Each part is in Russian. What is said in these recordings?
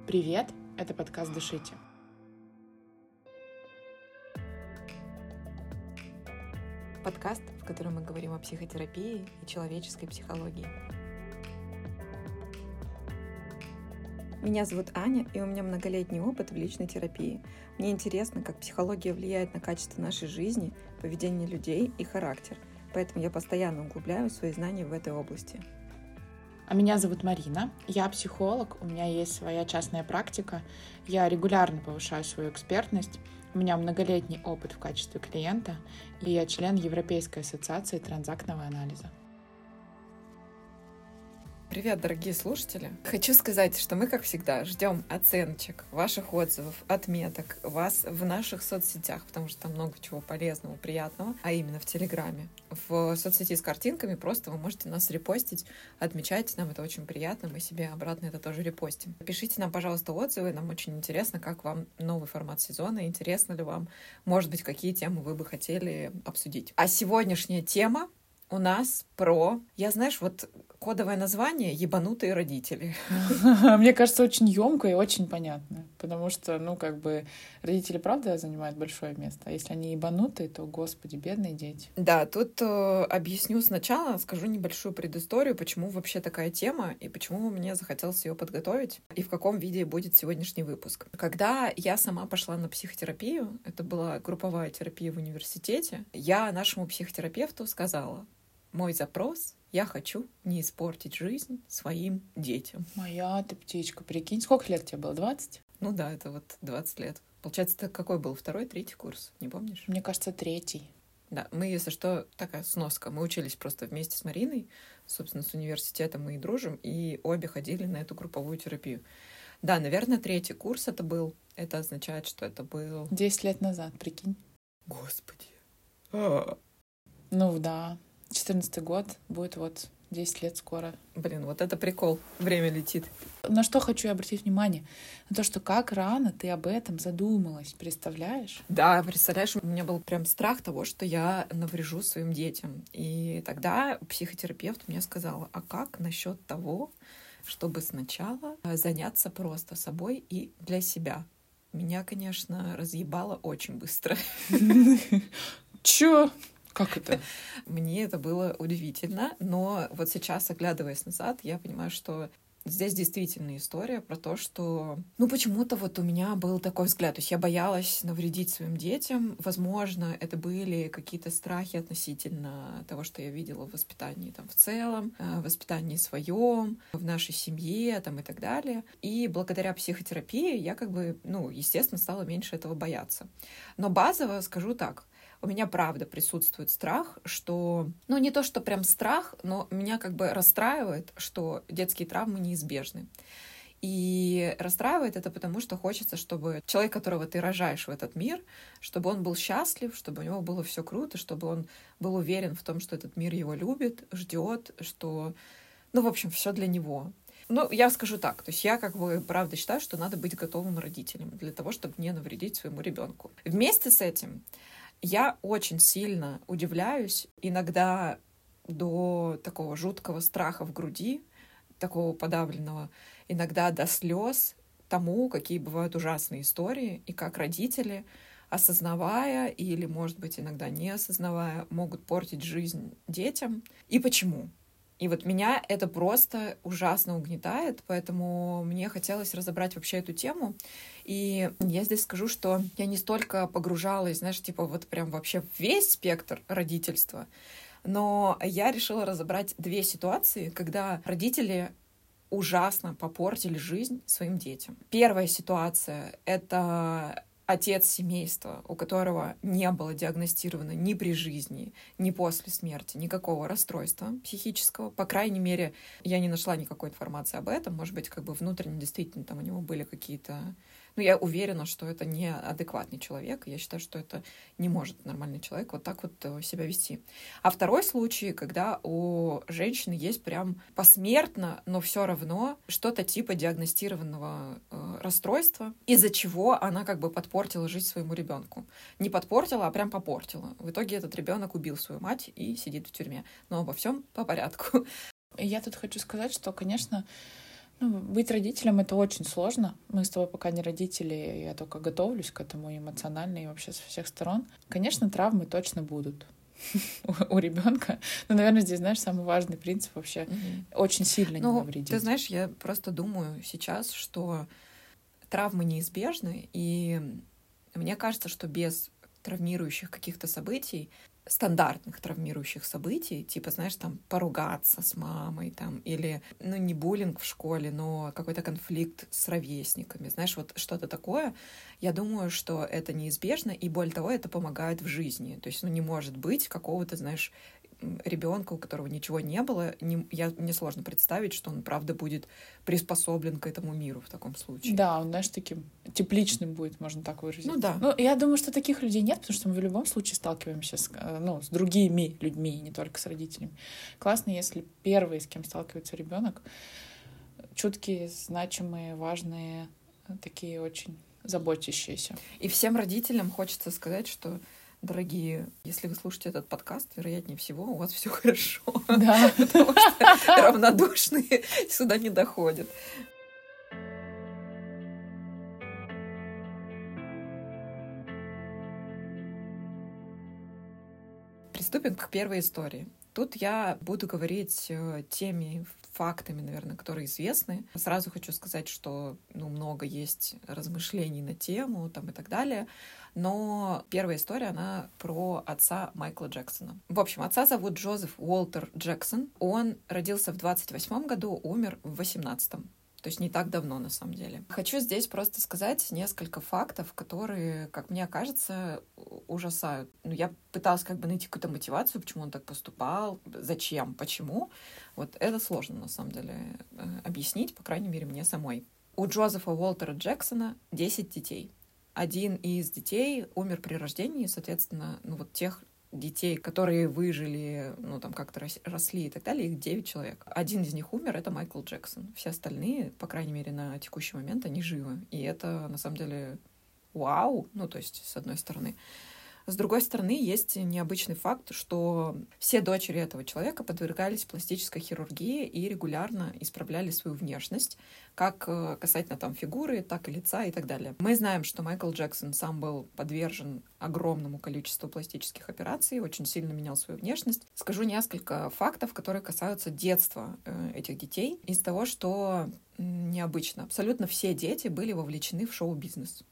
Привет, это подкаст «Дышите». Подкаст, в котором мы говорим о психотерапии и человеческой психологии. Меня зовут Аня, и у меня многолетний опыт в личной терапии. Мне интересно, как психология влияет на качество нашей жизни, поведение людей и характер. Поэтому я постоянно углубляю свои знания в этой области. А меня зовут Марина, я психолог, у меня есть своя частная практика, я регулярно повышаю свою экспертность, у меня многолетний опыт в качестве клиента, и я член Европейской ассоциации транзактного анализа. Привет, дорогие слушатели! Хочу сказать, что мы, как всегда, ждем оценочек, ваших отзывов, отметок, вас в наших соцсетях, потому что там много чего полезного, приятного, а именно в Телеграме. В соцсети с картинками просто вы можете нас репостить, отмечайте, нам это очень приятно, мы себе обратно это тоже репостим. Пишите нам, пожалуйста, отзывы, нам очень интересно, как вам новый формат сезона, интересно ли вам, может быть, какие темы вы бы хотели обсудить. А сегодняшняя тема у нас про, кодовое название «Ебанутые родители». Мне кажется, очень ёмко и очень понятно, потому что, родители, правда, занимают большое место, а если они ебанутые, то, господи, бедные дети. Да, тут объясню сначала, скажу небольшую предысторию, почему вообще такая тема и почему мне захотелось ее подготовить и в каком виде будет сегодняшний выпуск. Когда я сама пошла на психотерапию, это была групповая терапия в университете, я нашему психотерапевту сказала: мой запрос — я хочу не испортить жизнь своим детям. Моя ты птичка, прикинь, сколько лет тебе было, 20? Ну да, это 20 лет. Получается, это какой был? 2-й, 3-й курс? Не помнишь? Мне кажется, 3-й. Да, мы, если что, такая сноска. Мы учились просто вместе с Мариной, собственно, с университетом мы и дружим, и обе ходили на эту групповую терапию. Да, наверное, 3-й курс это был. Это означает, что это был... 10 лет назад, прикинь. Господи. Ну да, 14-й год, будет 10 лет скоро. Блин, вот это прикол. Время летит. На что хочу я обратить внимание? На то, что как рано ты об этом задумалась, представляешь? Да, представляешь, у меня был прям страх того, что я наврежу своим детям. И тогда психотерапевт мне сказала: а как насчет того, чтобы сначала заняться просто собой и для себя? Меня, конечно, разъебало очень быстро. Чё? Как это? Мне это было удивительно, но вот сейчас, оглядываясь назад, я понимаю, что здесь действительно история про то, что... почему-то у меня был такой взгляд. То есть я боялась навредить своим детям. Возможно, это были какие-то страхи относительно того, что я видела в воспитании в целом, в воспитании своем, в нашей семье и так далее. И благодаря психотерапии я естественно, стала меньше этого бояться. Но базово скажу так. У меня, правда, присутствует страх, что... не то, что прям страх, но меня расстраивает, что детские травмы неизбежны. И расстраивает это потому, что хочется, чтобы человек, которого ты рожаешь в этот мир, чтобы он был счастлив, чтобы у него было все круто, чтобы он был уверен в том, что этот мир его любит, ждет, что... все для него. Я скажу так, то есть я правда считаю, что надо быть готовым родителем для того, чтобы не навредить своему ребенку. Вместе с этим я очень сильно удивляюсь иногда до такого жуткого страха в груди, такого подавленного, иногда до слез тому, какие бывают ужасные истории, и как родители, осознавая или, может быть, иногда не осознавая, могут портить жизнь детям. И почему? И меня это просто ужасно угнетает, поэтому мне хотелось разобрать вообще эту тему. И я здесь скажу, что я не столько погружалась, прям вообще в весь спектр родительства, но я решила разобрать 2 ситуации, когда родители ужасно попортили жизнь своим детям. Первая ситуация — это отец семейства, у которого не было диагностировано ни при жизни, ни после смерти никакого расстройства психического. По крайней мере, я не нашла никакой информации об этом. Может быть, внутренне действительно у него были какие-то... я уверена, что это не адекватный человек. Я считаю, что это не может нормальный человек вот так себя вести. А второй случай, когда у женщины есть прям посмертно, но все равно что-то типа диагностированного расстройства, из-за чего она подпортила жизнь своему ребенку. Не подпортила, а прям попортила. В итоге этот ребенок убил свою мать и сидит в тюрьме. Но обо всем по порядку. Я тут хочу сказать, что, конечно, Ну, быть родителем — это очень сложно. Мы с тобой пока не родители, я только готовлюсь к этому эмоционально и вообще со всех сторон. Конечно, травмы точно будут у ребенка. Но, наверное, здесь, знаешь, самый важный принцип вообще очень сильно не навредить. Ты знаешь, я просто думаю сейчас, что травмы неизбежны, и мне кажется, что без травмирующих каких-то событий, стандартных травмирующих событий, типа, знаешь, там, поругаться с мамой, там, или, ну, не буллинг в школе, но какой-то конфликт с ровесниками, знаешь, вот что-то такое, я думаю, что это неизбежно, и более того, это помогает в жизни. То есть, ну, не может быть какого-то, знаешь, ребенка, у которого ничего не было, мне сложно представить, что он, правда, будет приспособлен к этому миру в таком случае. Да, он, знаешь, таким тепличным будет, можно так выразить. Ну да. Ну, я думаю, что таких людей нет, потому что мы в любом случае сталкиваемся с другими людьми, не только с родителями. Классно, если первые, с кем сталкивается ребенок, чуткие, значимые, важные, такие очень заботящиеся. И всем родителям хочется сказать, что, дорогие, если вы слушаете этот подкаст, вероятнее всего, у вас все хорошо. Да. Потому что равнодушные сюда не доходят. Приступим к первой истории. Тут я буду говорить теми фактами, наверное, которые известны. Сразу хочу сказать, что много есть размышлений на тему там, и так далее. Но первая история, она про отца Майкла Джексона. В общем, отца зовут Джозеф Уолтер Джексон. Он родился в 28 году, умер в 18-м. То есть не так давно, на самом деле. Хочу здесь просто сказать несколько фактов, которые, как мне кажется, ужасают. Я пыталась найти какую-то мотивацию, почему он так поступал, зачем, почему. Вот это сложно, на самом деле, объяснить, по крайней мере, мне самой. У Джозефа Уолтера Джексона 10 детей. Один из детей умер при рождении, соответственно, тех детей, которые выжили, как-то росли и так далее, их 9 человек. Один из них умер, это Майкл Джексон. Все остальные, по крайней мере, на текущий момент, они живы. И это, на самом деле, вау, то есть, с одной стороны. С другой стороны, есть необычный факт, что все дочери этого человека подвергались пластической хирургии и регулярно исправляли свою внешность, как касательно фигуры, так и лица и так далее. Мы знаем, что Майкл Джексон сам был подвержен огромному количеству пластических операций, очень сильно менял свою внешность. Скажу несколько фактов, которые касаются детства этих детей. Из того, что необычно. Абсолютно все дети были вовлечены в шоу-бизнес.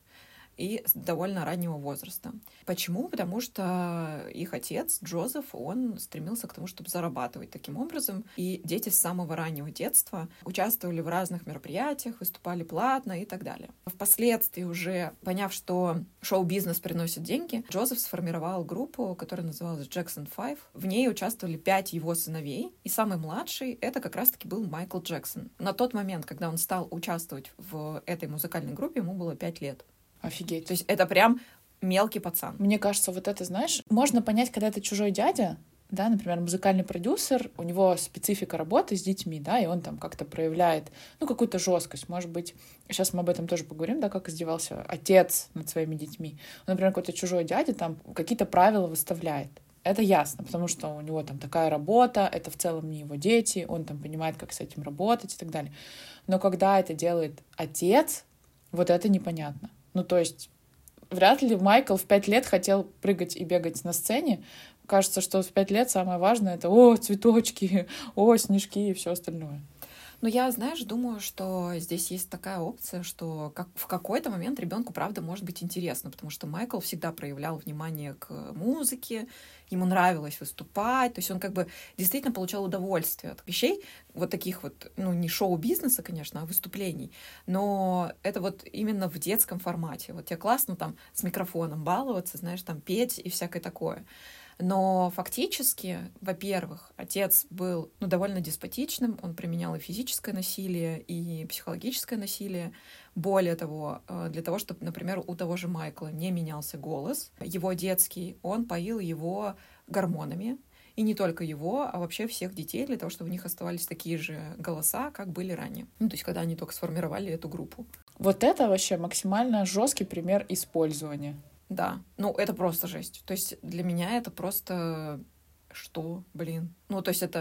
И с довольно раннего возраста. Почему? Потому что их отец, Джозеф, он стремился к тому, чтобы зарабатывать таким образом. И дети с самого раннего детства участвовали в разных мероприятиях, выступали платно и так далее. Впоследствии, уже поняв, что шоу-бизнес приносит деньги, Джозеф сформировал группу, которая называлась Jackson 5. В ней участвовали 5 его сыновей. И самый младший — это как раз-таки был Майкл Джексон. На тот момент, когда он стал участвовать в этой музыкальной группе, ему было 5 лет. Офигеть. То есть это прям мелкий пацан. Мне кажется, вот это, знаешь, можно понять, когда это чужой дядя, да, например, музыкальный продюсер, у него специфика работы с детьми, да, и он там как-то проявляет, какую-то жесткость, может быть. Сейчас мы об этом тоже поговорим, да, как издевался отец над своими детьми. Он, например, какой-то чужой дядя там какие-то правила выставляет. Это ясно, потому что у него там такая работа, это в целом не его дети, он там понимает, как с этим работать и так далее. Но когда это делает отец, вот это непонятно. То есть вряд ли Майкл в 5 лет хотел прыгать и бегать на сцене. Кажется, что в 5 лет самое важное — это цветочки, снежки и все остальное. Я, знаешь, думаю, что здесь есть такая опция, что в какой-то момент ребенку, правда, может быть интересно, потому что Майкл всегда проявлял внимание к музыке, ему нравилось выступать, то есть он действительно получал удовольствие от вещей, вот таких не шоу-бизнеса, конечно, а выступлений, но это именно в детском формате. Тебе классно с микрофоном баловаться, знаешь, петь и всякое такое. Но фактически, во-первых, отец был довольно деспотичным, он применял и физическое насилие, и психологическое насилие. Более того, для того, чтобы, например, у того же Майкла не менялся голос, его детский, он поил его гормонами, и не только его, а вообще всех детей, для того, чтобы у них оставались такие же голоса, как были ранее. То есть, когда они только сформировали эту группу. Вот это вообще максимально жесткий пример использования. Да, это просто жесть. То есть для меня это просто... Что, блин? То есть это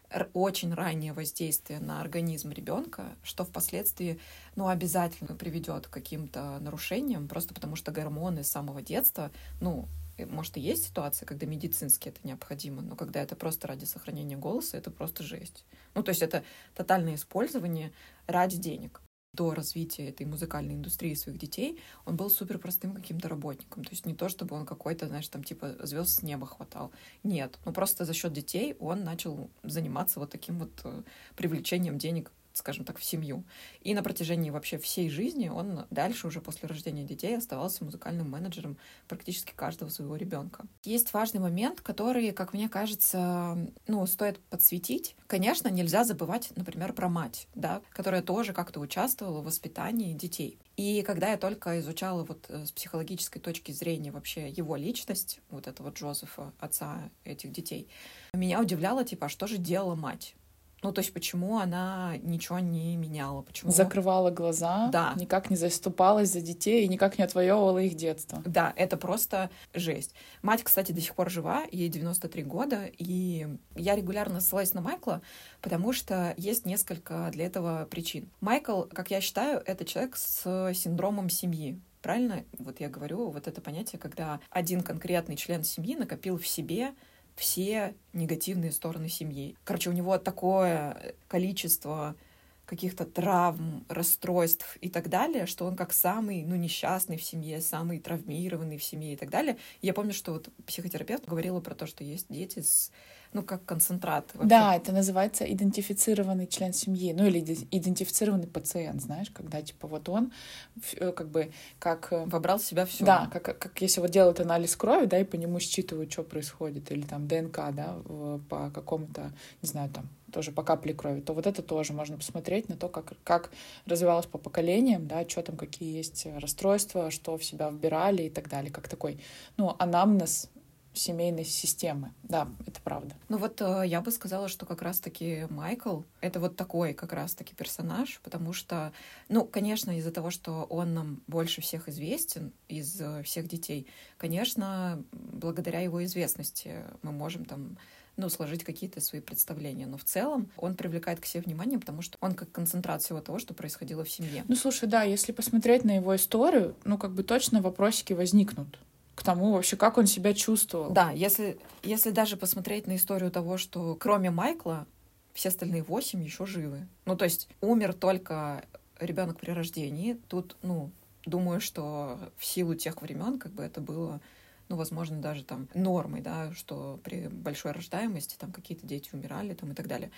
очень раннее воздействие на организм ребенка, что впоследствии, ну, обязательно приведет к каким-то нарушениям, просто потому что гормоны с самого детства, ну, может, и есть ситуация, когда медицински это необходимо, но когда это просто ради сохранения голоса, это просто жесть. Ну, то есть это тотальное использование ради денег. До развития этой музыкальной индустрии своих детей он был супер простым каким-то работником. То есть не то, чтобы он какой-то, знаешь, там типа звезд с неба хватал. Нет, ну просто за счет детей он начал заниматься вот таким вот привлечением денег, скажем так, в семью. И на протяжении вообще всей жизни он дальше, уже после рождения детей, оставался музыкальным менеджером практически каждого своего ребенка. Есть важный момент, который, как мне кажется, ну, стоит подсветить. Конечно, нельзя забывать, например, про мать, да, которая тоже как-то участвовала в воспитании детей. И когда я только изучала вот с психологической точки зрения вообще его личность, вот этого Джозефа, отца этих детей, меня удивляло, типа, а что же делала мать? Ну, то есть, почему она ничего не меняла? Почему... Закрывала глаза, да, никак не заступалась за детей и никак не отвоевывала их детство. Да, это просто жесть. Мать, кстати, до сих пор жива, ей 93 года, и я регулярно ссылаюсь на Майкла, потому что есть несколько для этого причин. Майкл, как я считаю, это человек с синдромом семьи. Правильно? Вот я говорю, вот это понятие, когда один конкретный член семьи накопил в себе все негативные стороны семьи. Короче, у него такое количество каких-то травм, расстройств и так далее, что он как самый, ну, несчастный в семье, самый травмированный в семье и так далее. И я помню, что вот психотерапевт говорила про то, что есть дети с, ну, как концентрат. Вообще. Да, это называется идентифицированный член семьи, ну, или идентифицированный пациент, знаешь, когда, типа, вот он как бы, как... Вобрал в себя все. Да, как если вот делают анализ крови, да, и по нему считывают, что происходит, или там ДНК, да, по какому-то, не знаю, там, тоже по капле крови, то вот это тоже можно посмотреть на то, как развивалось по поколениям, да, что там, какие есть расстройства, что в себя вбирали и так далее, как такой, ну, анамнез семейной системы. Да, это правда. Ну вот я бы сказала, что как раз-таки Майкл — это вот такой как раз-таки персонаж, потому что, ну, конечно, из-за того, что он нам больше всех известен из всех детей, конечно, благодаря его известности мы можем там, ну, сложить какие-то свои представления. Но в целом он привлекает к себе внимание, потому что он как концентрат всего того, что происходило в семье. Ну, слушай, да, если посмотреть на его историю, ну, как бы точно вопросики возникнут к тому вообще, как он себя чувствовал. Да, если даже посмотреть на историю того, что кроме Майкла все остальные 8 еще живы. Ну, то есть умер только ребенок при рождении. Тут, ну, думаю, что в силу тех времен как бы это было, ну, возможно, даже там нормой, да, что при большой рождаемости там какие-то дети умирали там и так далее.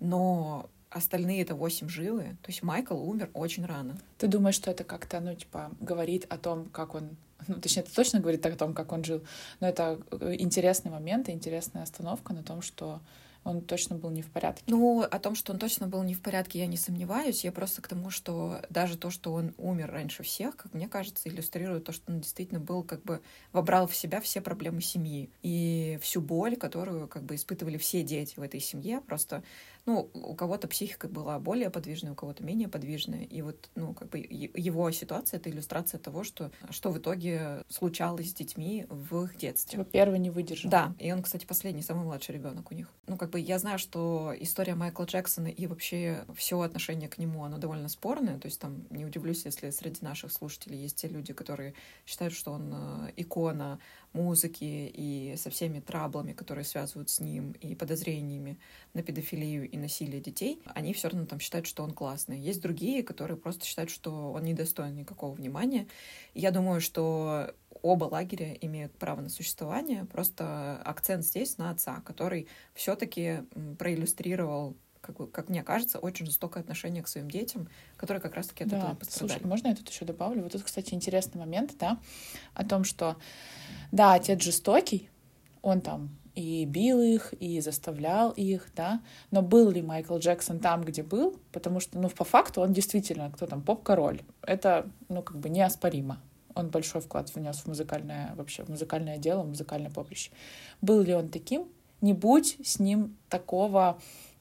Но остальные это 8 живы. То есть Майкл умер очень рано. Ты думаешь, что это как-то, ну, типа, говорит о том, как он... Ну, точнее, это точно говорит о том, как он жил. Но это интересный момент и интересная остановка на том, что он точно был не в порядке. Ну, о том, что он точно был не в порядке, я не сомневаюсь. Я просто к тому, что даже то, что он умер раньше всех, как мне кажется, иллюстрирует то, что он действительно был, как бы вобрал в себя все проблемы семьи и всю боль, которую как бы испытывали все дети в этой семье. Просто, ну, у кого-то психика была более подвижная, у кого-то менее подвижная. И вот, ну, как бы его ситуация — это иллюстрация того, что в итоге случалось с детьми в их детстве. Типа первый не выдержал. Да, и он, кстати, последний, самый младший ребенок у них. Ну, как бы я знаю, что история Майкла Джексона и вообще все отношение к нему, оно довольно спорное. То есть там не удивлюсь, если среди наших слушателей есть те люди, которые считают, что он икона музыки и со всеми траблами, которые связывают с ним, и подозрениями на педофилию и насилие детей, они все равно там считают, что он классный. Есть другие, которые просто считают, что он не достоин никакого внимания. И я думаю, что оба лагеря имеют право на существование, просто акцент здесь на отца, который все-таки проиллюстрировал, как мне кажется, очень жестокое отношение к своим детям, которые как раз-таки от этого пострадали. Слушай, можно я тут еще добавлю? Вот тут, кстати, интересный момент, да, о том, что, да, отец жестокий, он там и бил их, и заставлял их, да, но был ли Майкл Джексон там, где был? Потому что, ну, по факту он действительно, кто там, поп-король. Это, ну, как бы неоспоримо. Он большой вклад внес в музыкальное, вообще, в музыкальное дело, в музыкальное поприще. Был ли он таким? Не будь с ним такого,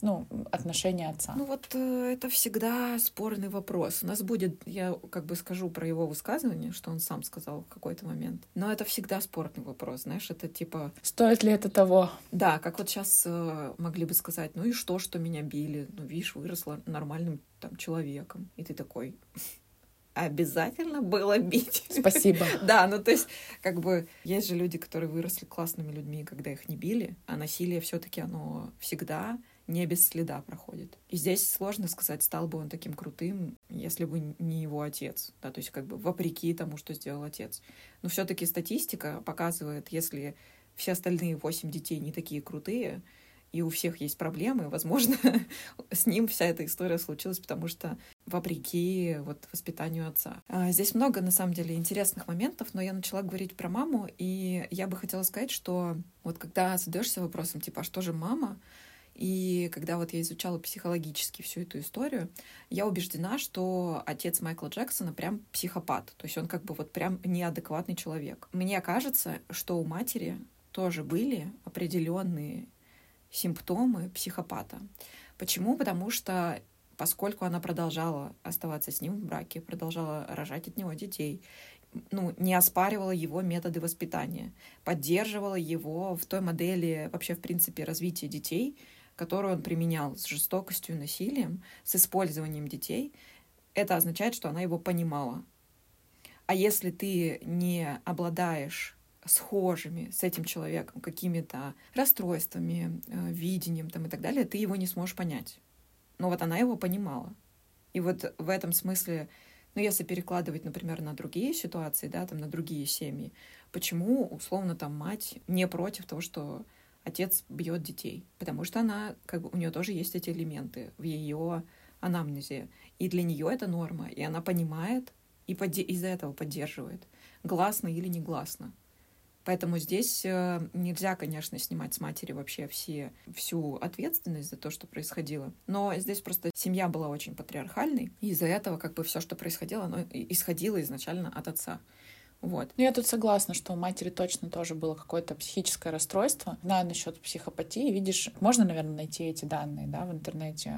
отношения отца. Это всегда спорный вопрос. У нас будет, я скажу про его высказывание, что он сам сказал в какой-то момент. Но это всегда спорный вопрос, знаешь, это типа... Стоит ли это того? Да, как вот сейчас могли бы сказать, и что меня били? Видишь, выросла нормальным человеком. И ты такой... Обязательно было бить. Спасибо. Да, то есть, есть же люди, которые выросли классными людьми, когда их не били, а насилие все-таки оно всегда не без следа проходит. И здесь сложно сказать, стал бы он таким крутым, если бы не его отец, да, то есть вопреки тому, что сделал отец. Но все-таки статистика показывает, если все остальные 8 детей не такие крутые, и у всех есть проблемы, возможно, с ним вся эта история случилась, потому что вопреки воспитанию отца. Здесь много, на самом деле, интересных моментов, но я начала говорить про маму, и я бы хотела сказать, что когда задаешься вопросом, типа, а что же мама? И когда я изучала психологически всю эту историю, я убеждена, что отец Майкла Джексона прям психопат. То есть он прям неадекватный человек. Мне кажется, что у матери тоже были определенные симптомы психопата. Почему? Потому что поскольку она продолжала оставаться с ним в браке, продолжала рожать от него детей, не оспаривала его методы воспитания, поддерживала его в той модели вообще, в принципе, развития детей, которую он применял с жестокостью и насилием, с использованием детей, это означает, что она его понимала. А если ты не обладаешь схожими с этим человеком какими-то расстройствами, видением и так далее, ты его не сможешь понять. Но она его понимала. И в этом смысле, если перекладывать, например, на другие ситуации, да, на другие семьи, почему, условно, мать не против того, что отец бьет детей? Потому что она, у нее тоже есть эти элементы в ее анамнезе. И для нее это норма. И она понимает и из-за этого поддерживает. Гласно или негласно. Поэтому здесь нельзя, конечно, снимать с матери вообще всю ответственность за то, что происходило. Но здесь просто семья была очень патриархальной, и из-за этого все, что происходило, оно исходило изначально от отца. Я тут согласна, что у матери точно тоже было какое-то психическое расстройство. Знаю насчет психопатии. Видишь, можно, наверное, найти эти данные, да, в интернете,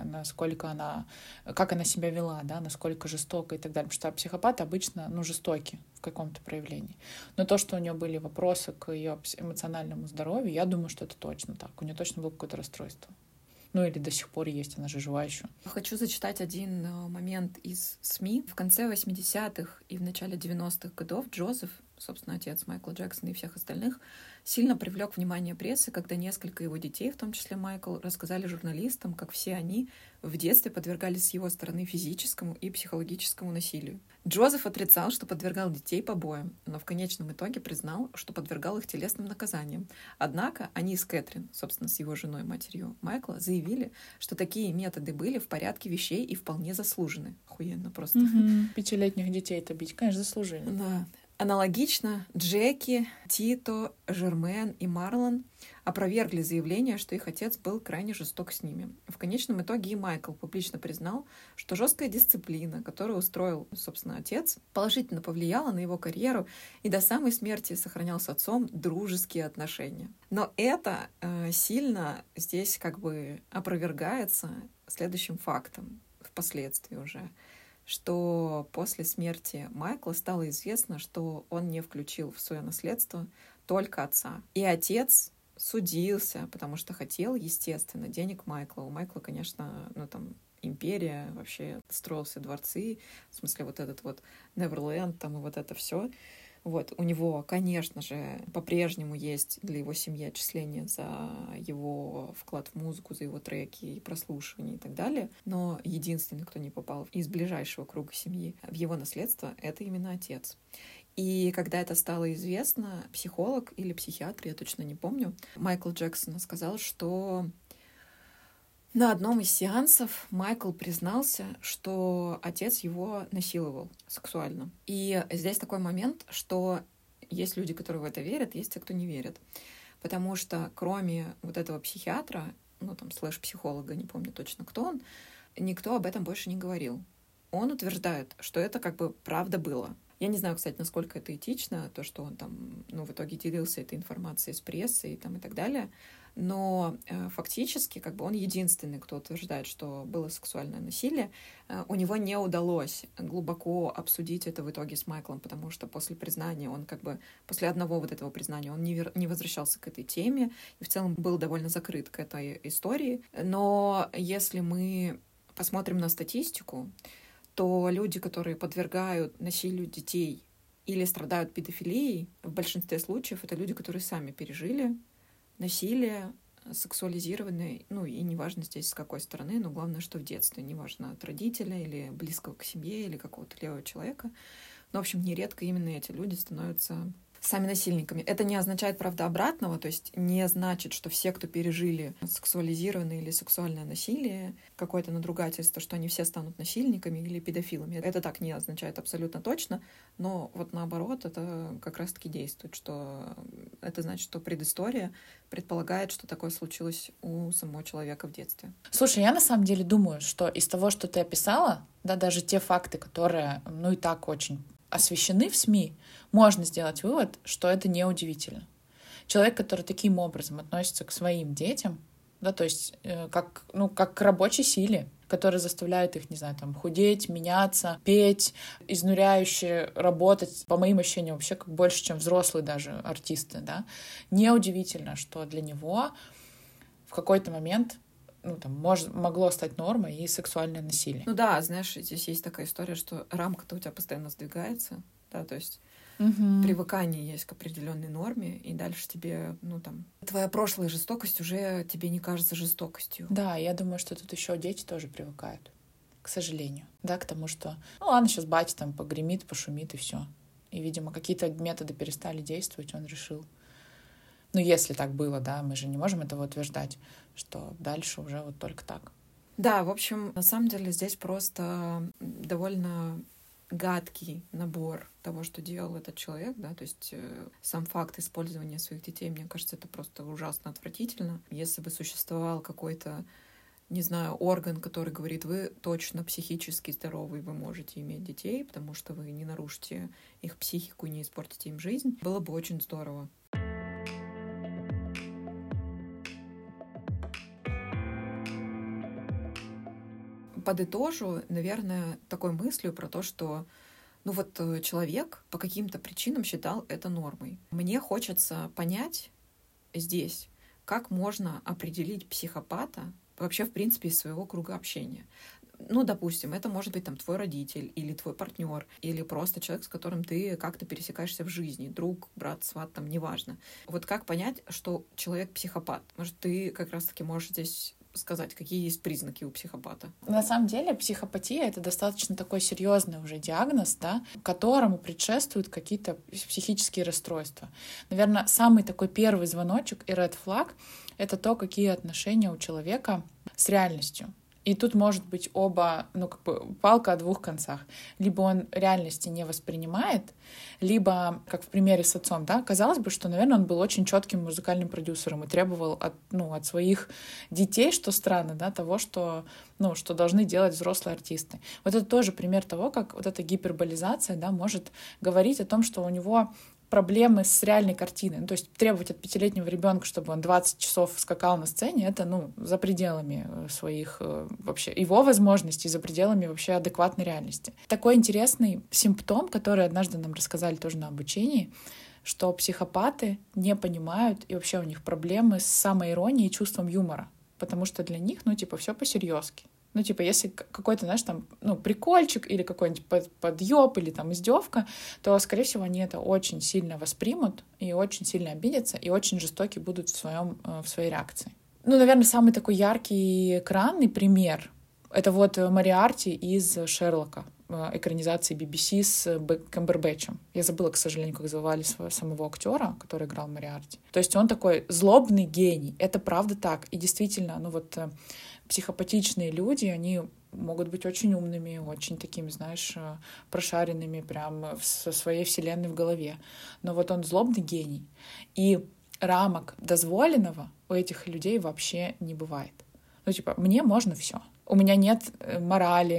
как она себя вела, да, насколько жестоко и так далее. Потому что психопаты обычно, жестоки в каком-то проявлении. Но то, что у нее были вопросы к ее эмоциональному здоровью, я думаю, что это точно так. У нее точно было какое-то расстройство. Или до сих пор есть, она же жива еще. Хочу зачитать один момент из СМИ. В конце 80-х и в начале 90-х годов Джозеф, собственно, отец Майкла Джексона и всех остальных, сильно привлек внимание прессы, когда несколько его детей, в том числе Майкл, рассказали журналистам, как все они в детстве подвергались с его стороны физическому и психологическому насилию. Джозеф отрицал, что подвергал детей побоям, но в конечном итоге признал, что подвергал их телесным наказаниям. Однако они с Кэтрин, собственно, с его женой, матерью Майкла, заявили, что такие методы были в порядке вещей и вполне заслужены. Охуенно просто. 5-летних детей-то бить, конечно, заслужили. Да. Аналогично Джеки, Тито, Жермен и Марлон опровергли заявление, что их отец был крайне жесток с ними. В конечном итоге и Майкл публично признал, что жесткая дисциплина, которую устроил, собственно, отец, положительно повлияла на его карьеру и до самой смерти сохранял с отцом дружеские отношения. Но это сильно здесь опровергается следующим фактом впоследствии уже, что после смерти Майкла стало известно, что он не включил в свое наследство только отца. И отец судился, потому что хотел, естественно, денег Майкла. У Майкла, конечно, империя, вообще строился дворцы, в смысле этот Неверленд, и это все. У него, конечно же, по-прежнему есть для его семьи отчисления за его вклад в музыку, за его треки и прослушивание и так далее. Но единственный, кто не попал из ближайшего круга семьи в его наследство, это именно отец. И когда это стало известно, психолог или психиатр, я точно не помню, Майкл Джексон сказал, что на одном из сеансов Майкл признался, что отец его насиловал сексуально. И здесь такой момент, что есть люди, которые в это верят, есть те, кто не верит. Потому что кроме этого психиатра, /психолога, не помню точно кто он, никто об этом больше не говорил. Он утверждает, что это правда было. Я не знаю, кстати, насколько это этично, то, что он там, ну, в итоге делился этой информацией с прессой там, и так далее. Но фактически, как бы он единственный, кто утверждает, что было сексуальное насилие. У него не удалось глубоко обсудить это в итоге с Майклом, потому что после признания он как бы, после одного вот этого признания он не возвращался к этой теме и в целом был довольно закрыт к этой истории. Но если мы посмотрим на статистику, то люди, которые подвергают насилию детей или страдают педофилией, в большинстве случаев это люди, которые сами пережили насилие сексуализированное, ну и неважно здесь с какой стороны, но главное, что в детстве, неважно от родителя или близкого к семье или какого-то левого человека. Но, в общем, нередко именно эти люди становятся сами насильниками. Это не означает, правда, обратного, то есть не значит, что все, кто пережили сексуализированное или сексуальное насилие, какое-то надругательство, что они все станут насильниками или педофилами. Это так не означает абсолютно точно, но вот наоборот, это как раз-таки действует, что это значит, что предыстория предполагает, что такое случилось у самого человека в детстве. Слушай, я на самом деле думаю, что из того, что ты описала, да, даже те факты, которые, ну и так очень освещены в СМИ, можно сделать вывод, что это неудивительно. Человек, который таким образом относится к своим детям, да, то есть как к рабочей силе, которая заставляет их, не знаю, там, худеть, меняться, петь, изнуряюще работать, по моим ощущениям, вообще как больше, чем взрослые даже артисты, да, неудивительно, что для него в какой-то момент могло стать нормой и сексуальное насилие. Ну да, знаешь, здесь есть такая история, что рамка-то у тебя постоянно сдвигается, да, то есть привыкание есть к определенной норме, и дальше тебе, твоя прошлая жестокость уже тебе не кажется жестокостью. Да, я думаю, что тут еще дети тоже привыкают, к сожалению, да, к тому, что, ладно, сейчас батя там погремит, пошумит и все. И, видимо, какие-то методы перестали действовать, он решил. Ну, если так было, да, мы же не можем этого утверждать, что дальше уже вот только так. Да, в общем, на самом деле здесь просто довольно гадкий набор того, что делал этот человек, да, то есть сам факт использования своих детей, мне кажется, это просто ужасно отвратительно. Если бы существовал какой-то, не знаю, орган, который говорит, вы точно психически здоровый, вы можете иметь детей, потому что вы не нарушите их психику, не испортите им жизнь, было бы очень здорово. Подытожу, наверное, такой мыслью про то, что человек по каким-то причинам считал это нормой. Мне хочется понять здесь, как можно определить психопата вообще, в принципе, из своего круга общения. Ну, допустим, это может быть там твой родитель или твой партнер, или просто человек, с которым ты как-то пересекаешься в жизни, друг, брат, сват, там, неважно. Вот как понять, что человек психопат? Может, ты как раз-таки можешь здесь сказать, какие есть признаки у психопата? На самом деле психопатия — это достаточно такой серьезный уже диагноз, да, которому предшествуют какие-то психические расстройства. Наверное, самый такой первый звоночек и red flag — это то, какие отношения у человека с реальностью. И тут может быть палка о двух концах. Либо он реальности не воспринимает, либо, как в примере с отцом, да, казалось бы, что, наверное, он был очень четким музыкальным продюсером и требовал от своих детей, что странно, да, того, что должны делать взрослые артисты. Вот это тоже пример того, как вот эта гиперболизация, да, может говорить о том, что у него проблемы с реальной картиной. То есть требовать от 5-летнего ребенка, чтобы он 20 часов скакал на сцене, это, за пределами своих вообще его возможностей, за пределами вообще адекватной реальности. Такой интересный симптом, который однажды нам рассказали тоже на обучении, что психопаты не понимают, и вообще у них проблемы с самоиронией и чувством юмора, потому что для них, все по-серьезки. Если какой-то, знаешь, там, прикольчик или какой-нибудь подъёб или там издевка, то, скорее всего, они это очень сильно воспримут и очень сильно обидятся, и очень жестоки будут в своей реакции. Наверное, самый такой яркий экранный пример — это вот Мориарти из «Шерлока», экранизации BBC с Камбербэтчем. Я забыла, к сожалению, как звали самого актера, который играл Мориарти. То есть он такой злобный гений. Это правда так. И действительно, психопатичные люди, они могут быть очень умными, очень такими, знаешь, прошаренными прям со своей вселенной в голове. Но вот он злобный гений. И рамок дозволенного у этих людей вообще не бывает. Мне можно все. У меня нет морали,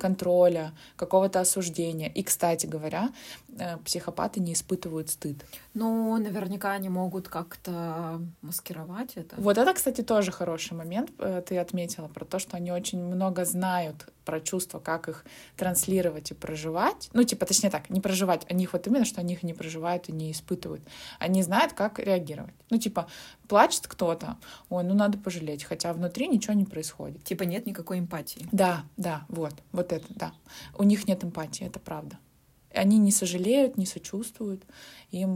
контроля, какого-то осуждения. И, кстати говоря, психопаты не испытывают стыд. Ну, наверняка они могут как-то маскировать это. Вот это, кстати, тоже хороший момент, ты отметила, про то, что они очень много знают про чувства, как их транслировать и проживать. Ну, типа, точнее так, не проживать, они их вот именно, что они их не проживают и не испытывают. Они знают, как реагировать. Ну, типа, плачет кто-то, ой, ну надо пожалеть, хотя внутри ничего не происходит. Типа нет никакой эмпатии. Да, вот это, да. У них нет эмпатии, это правда. Они не сожалеют, не сочувствуют, им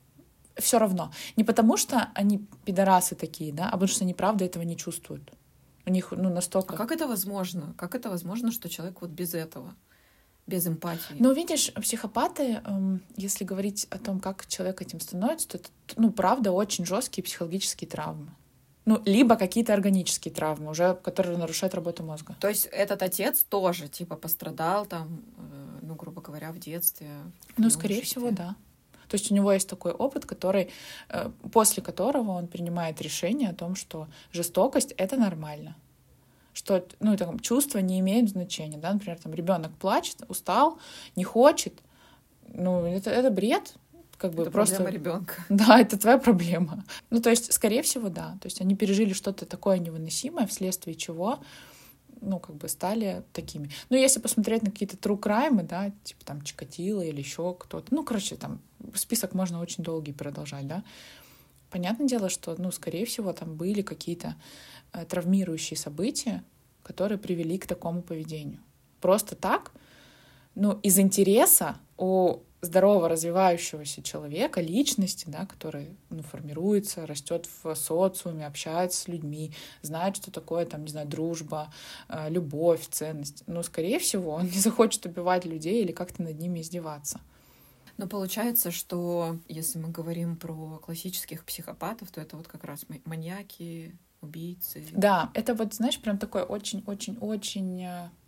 все равно. Не потому, что они пидорасы такие, да, а потому что они правда этого не чувствуют. У них, ну, настолько... А как это возможно? Как это возможно, что человек вот без этого, без эмпатии? Ну, видишь, психопаты, если говорить о том, как человек этим становится, то это, ну, правда, очень жесткие психологические травмы. Ну, либо какие-то органические травмы, уже, которые нарушают работу мозга. То есть этот отец тоже, типа, пострадал там, ну, грубо говоря, в детстве? Ну, скорее всего, да. То есть у него есть такой опыт, который, после которого он принимает решение о том, что жестокость — это нормально. Что, ну, там, чувства не имеют значения, да, например, там ребенок плачет, устал, не хочет, ну, это бред, как бы это просто... проблема ребенка. Да, это твоя проблема. Ну, то есть, скорее всего, да. То есть они пережили что-то такое невыносимое, вследствие чего, ну, как бы стали такими. Ну, если посмотреть на какие-то true crime, да, типа там Чикатило или еще кто-то, ну, короче, там список можно очень долгий продолжать, да. Понятное дело, что, ну, скорее всего, там были какие-то травмирующие события, которые привели к такому поведению. Просто так, ну, из интереса у здорово развивающегося человека, личности, да, который, ну, формируется, растет в социуме, общается с людьми, знает, что такое, там, не знаю, дружба, любовь, ценность. Но, скорее всего, он не захочет убивать людей или как-то над ними издеваться. Но получается, что если мы говорим про классических психопатов, то это вот как раз маньяки, убийцы. Да, это вот, знаешь, прям такой очень-очень-очень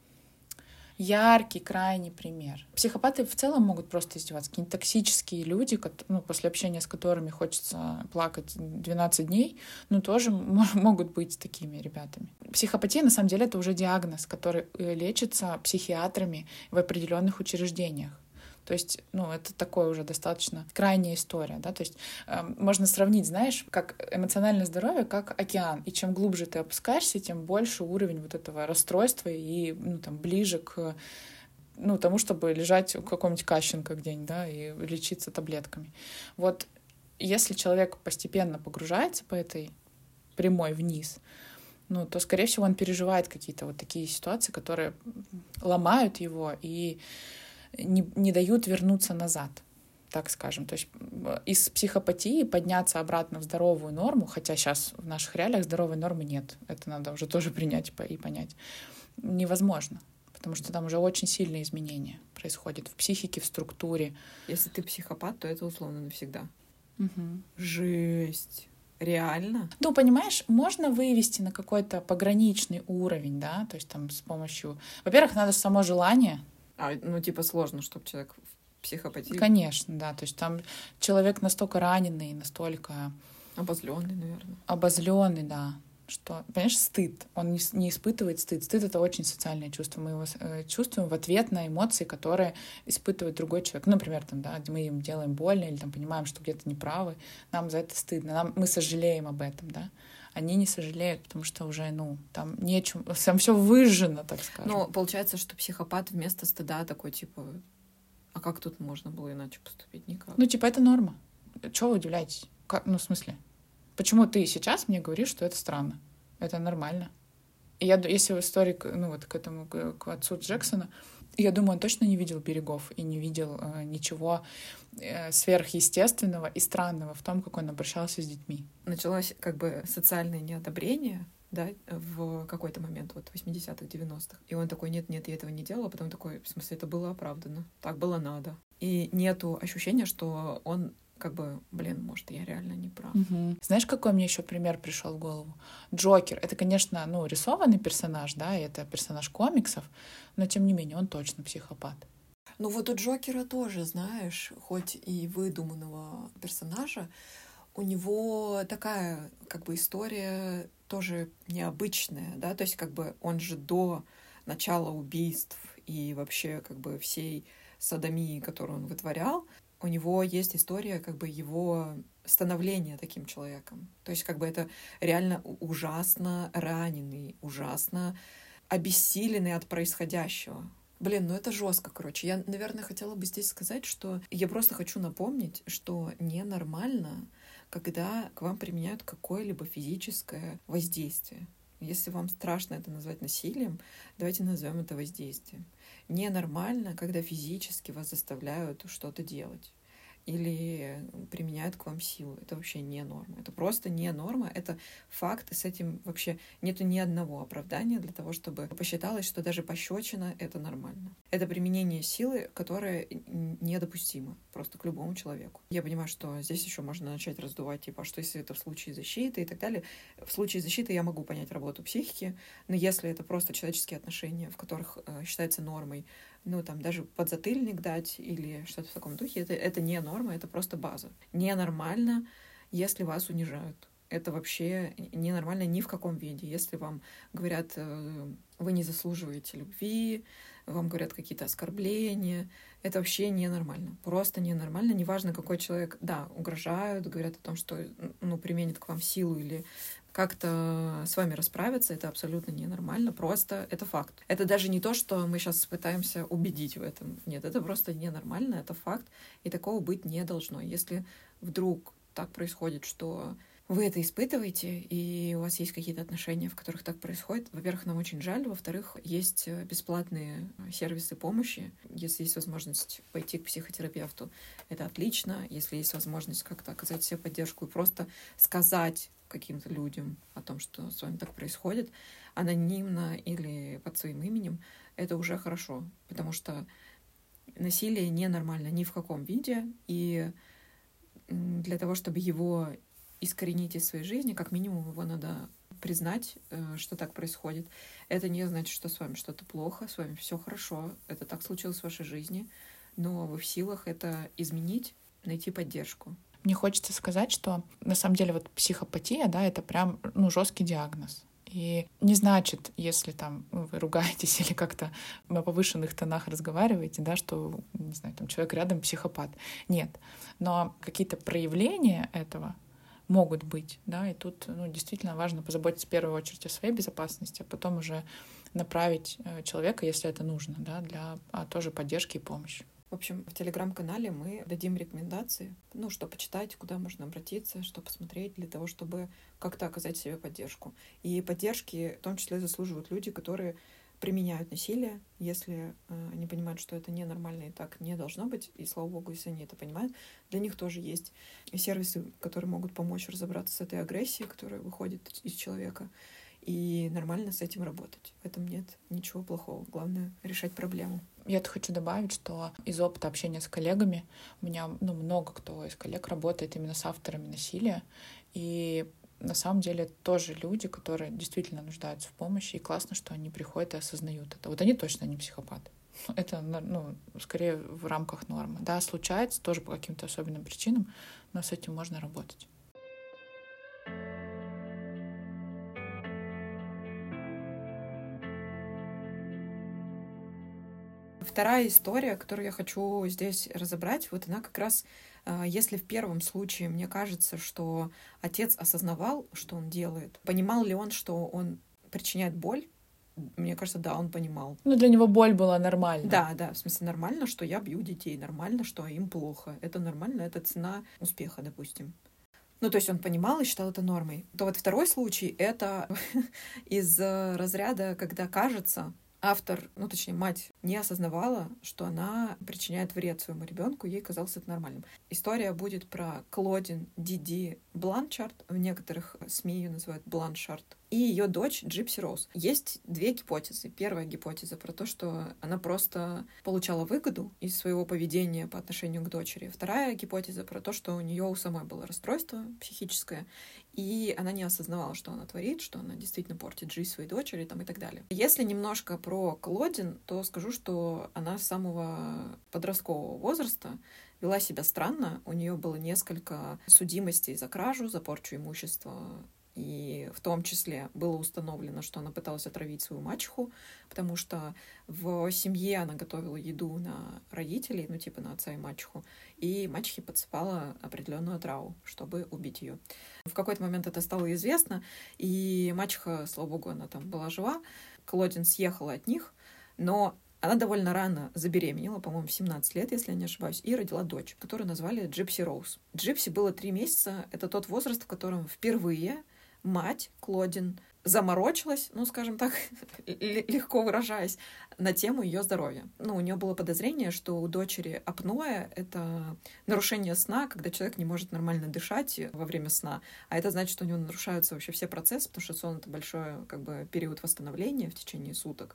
яркий, крайний пример. Психопаты в целом могут просто издеваться. Какие-нибудь токсические люди, ну, после общения с которыми хочется плакать 12 дней, ну, тоже могут быть такими ребятами. Психопатия, на самом деле, это уже диагноз, который лечится психиатрами в определенных учреждениях. То есть, ну, это такое уже достаточно крайняя история, да, то есть можно сравнить, знаешь, как эмоциональное здоровье, как океан, и чем глубже ты опускаешься, тем больше уровень вот этого расстройства и, ну, там, ближе к, ну, тому, чтобы лежать у какого-нибудь Кащенко где-нибудь, да, и лечиться таблетками. Вот если человек постепенно погружается по этой прямой вниз, ну, то, скорее всего, он переживает какие-то вот такие ситуации, которые ломают его и не дают вернуться назад, так скажем. То есть из психопатии подняться обратно в здоровую норму, хотя сейчас в наших реалиях здоровой нормы нет, это надо уже тоже принять и понять, невозможно, потому что там уже очень сильные изменения происходят в психике, в структуре. Если ты психопат, то это условно навсегда. Угу. Жесть. Реально? Ну, понимаешь, можно вывести на какой-то пограничный уровень, да, то есть там с помощью... Во-первых, надо само желание. Ну, типа, сложно, чтобы человек в психопатии. Конечно, да. То есть там человек настолько раненый, настолько... Обозленный, наверное. Обозленный, да. Что, понимаешь, стыд. Он не испытывает стыд. Стыд — это очень социальное чувство. Мы его чувствуем в ответ на эмоции, которые испытывает другой человек. Ну, например, там, да, мы им делаем больно или там понимаем, что где-то неправы. Нам за это стыдно. Мы сожалеем об этом, да. Они не сожалеют, потому что уже, ну, там нечем, там все выжжено, так скажем. Ну, получается, что психопат вместо стыда такой, типа, а как тут можно было иначе поступить? Никак. Ну, типа, это норма. Чего вы удивляетесь? Ну, в смысле? Почему ты сейчас мне говоришь, что это странно? Это нормально. И если историк, ну, вот к этому, к отцу Джексона, я думаю, он точно не видел берегов и не видел ничего сверхъестественного и странного в том, как он обращался с детьми. Началось как бы социальное неодобрение, да, в какой-то момент, вот в 80-х, 90-х. И он такой, нет, я этого не делал, а потом такой, в смысле, это было оправдано, так было надо. И нету ощущения, что он как бы, блин, может, я реально не прав. Угу. Знаешь, какой мне еще пример пришел в голову? Джокер. Это, конечно, ну, рисованный персонаж, да, и это персонаж комиксов, но, тем не менее, он точно психопат. Ну вот у Джокера тоже, знаешь, хоть и выдуманного персонажа, у него такая как бы история тоже необычная, да, то есть как бы он же до начала убийств и вообще как бы всей содомии, которую он вытворял, у него есть история как бы его становления таким человеком. То есть как бы это реально ужасно раненый, ужасно обессиленный от происходящего. Блин, ну это жестко, короче. Я, наверное, хотела бы здесь сказать, что я просто хочу напомнить, что ненормально, когда к вам применяют какое-либо физическое воздействие. Если вам страшно это назвать насилием, давайте назовем это воздействием. Ненормально, когда физически вас заставляют что-то делать или применяют к вам силу. Это вообще не норма. Это просто не норма. Это факт, и с этим вообще нету ни одного оправдания для того, чтобы посчиталось, что даже пощечина — это нормально. Это применение силы, которое недопустимо просто к любому человеку. Я понимаю, что здесь еще можно начать раздувать, типа, что если это в случае защиты и так далее. В случае защиты я могу понять работу психики, но если это просто человеческие отношения, в которых считается нормой, ну, там, даже подзатыльник дать или что-то в таком духе, это не норма, это просто база. Ненормально, если вас унижают. Это вообще ненормально ни в каком виде. Если вам говорят, вы не заслуживаете любви, вам говорят какие-то оскорбления, это вообще ненормально. Просто ненормально. Неважно, какой человек, да, угрожают, говорят о том, что, ну, применит к вам силу или как-то с вами расправиться, это абсолютно ненормально, просто это факт. Это даже не то, что мы сейчас пытаемся убедить в этом. Нет, это просто ненормально, это факт, и такого быть не должно. Если вдруг так происходит, что вы это испытываете, и у вас есть какие-то отношения, в которых так происходит, во-первых, нам очень жаль, во-вторых, есть бесплатные сервисы помощи. Если есть возможность пойти к психотерапевту, это отлично. Если есть возможность как-то оказать себе поддержку и просто сказать каким-то людям о том, что с вами так происходит, анонимно или под своим именем, это уже хорошо, потому что насилие ненормально ни в каком виде, и для того, чтобы его искоренить из своей жизни, как минимум его надо признать, что так происходит. Это не значит, что с вами что-то плохо, с вами все хорошо, это так случилось в вашей жизни, но вы в силах это изменить, найти поддержку. Мне хочется сказать, что на самом деле вот психопатия, да, это прям, ну, жесткий диагноз. И не значит, если там вы ругаетесь или как-то на повышенных тонах разговариваете, да, что, не знаю, там человек рядом психопат. Нет. Но какие-то проявления этого могут быть, да, и тут, ну, действительно важно позаботиться в первую очередь о своей безопасности, а потом уже направить человека, если это нужно, да, для тоже поддержки и помощи. В общем, в Телеграм-канале мы дадим рекомендации, ну, что почитать, куда можно обратиться, что посмотреть для того, чтобы как-то оказать себе поддержку. И поддержки в том числе заслуживают люди, которые применяют насилие, если они понимают, что это ненормально и так не должно быть, и, слава богу, если они это понимают, для них тоже есть сервисы, которые могут помочь разобраться с этой агрессией, которая выходит из человека, и нормально с этим работать. В этом нет ничего плохого. Главное — решать проблему. Я тут хочу добавить, что из опыта общения с коллегами у меня, ну, много кто из коллег работает именно с авторами насилия, и на самом деле это тоже люди, которые действительно нуждаются в помощи, и классно, что они приходят и осознают это. Вот они точно не психопаты. Это, ну, скорее в рамках нормы. Да, случается тоже по каким-то особенным причинам, но с этим можно работать. Вторая история, которую я хочу здесь разобрать, вот она как раз, если в первом случае мне кажется, что отец осознавал, что он делает, понимал ли он, что он причиняет боль, мне кажется, да, он понимал. Ну, для него боль была нормальна. Да, в смысле нормально, что я бью детей, нормально, что им плохо. Это нормально, это цена успеха, допустим. Ну, то есть он понимал и считал это нормой. То вот второй случай — это из разряда, когда кажется, автор, ну, точнее, мать не осознавала, что она причиняет вред своему ребенку, ей казалось это нормальным. История будет про Клодин Диди Бланшард, в некоторых СМИ ее называют Бланшард, и ее дочь Джипси Роуз. Есть две гипотезы. Первая гипотеза про то, что она просто получала выгоду из своего поведения по отношению к дочери. Вторая гипотеза про то, что у нее у самой было расстройство психическое, и она не осознавала, что она творит, что она действительно портит жизнь своей дочери там, и так далее. Если немножко про Клодин, то скажу, что она с самого подросткового возраста вела себя странно. У нее было несколько судимостей за кражу, за порчу имущества И в том числе было установлено, что она пыталась отравить свою мачеху, потому что в семье она готовила еду на родителей, ну типа на отца и мачеху, и мачехе подсыпала определенную отраву, чтобы убить ее. В какой-то момент это стало известно, и мачеха, слава богу, она там была жива, Клодин съехала от них, но она довольно рано забеременела, по-моему, в 17 лет, если я не ошибаюсь, и родила дочь, которую назвали Джипси Роуз. Джипси было 3 месяца, это тот возраст, в котором впервые мать Клодин заморочилась, ну, скажем так, легко выражаясь, на тему ее здоровья. Ну, у нее было подозрение, что у дочери апноэ — это нарушение сна, когда человек не может нормально дышать во время сна, а это значит, что у него нарушаются вообще все процессы, потому что сон — это большой как бы период восстановления в течение суток.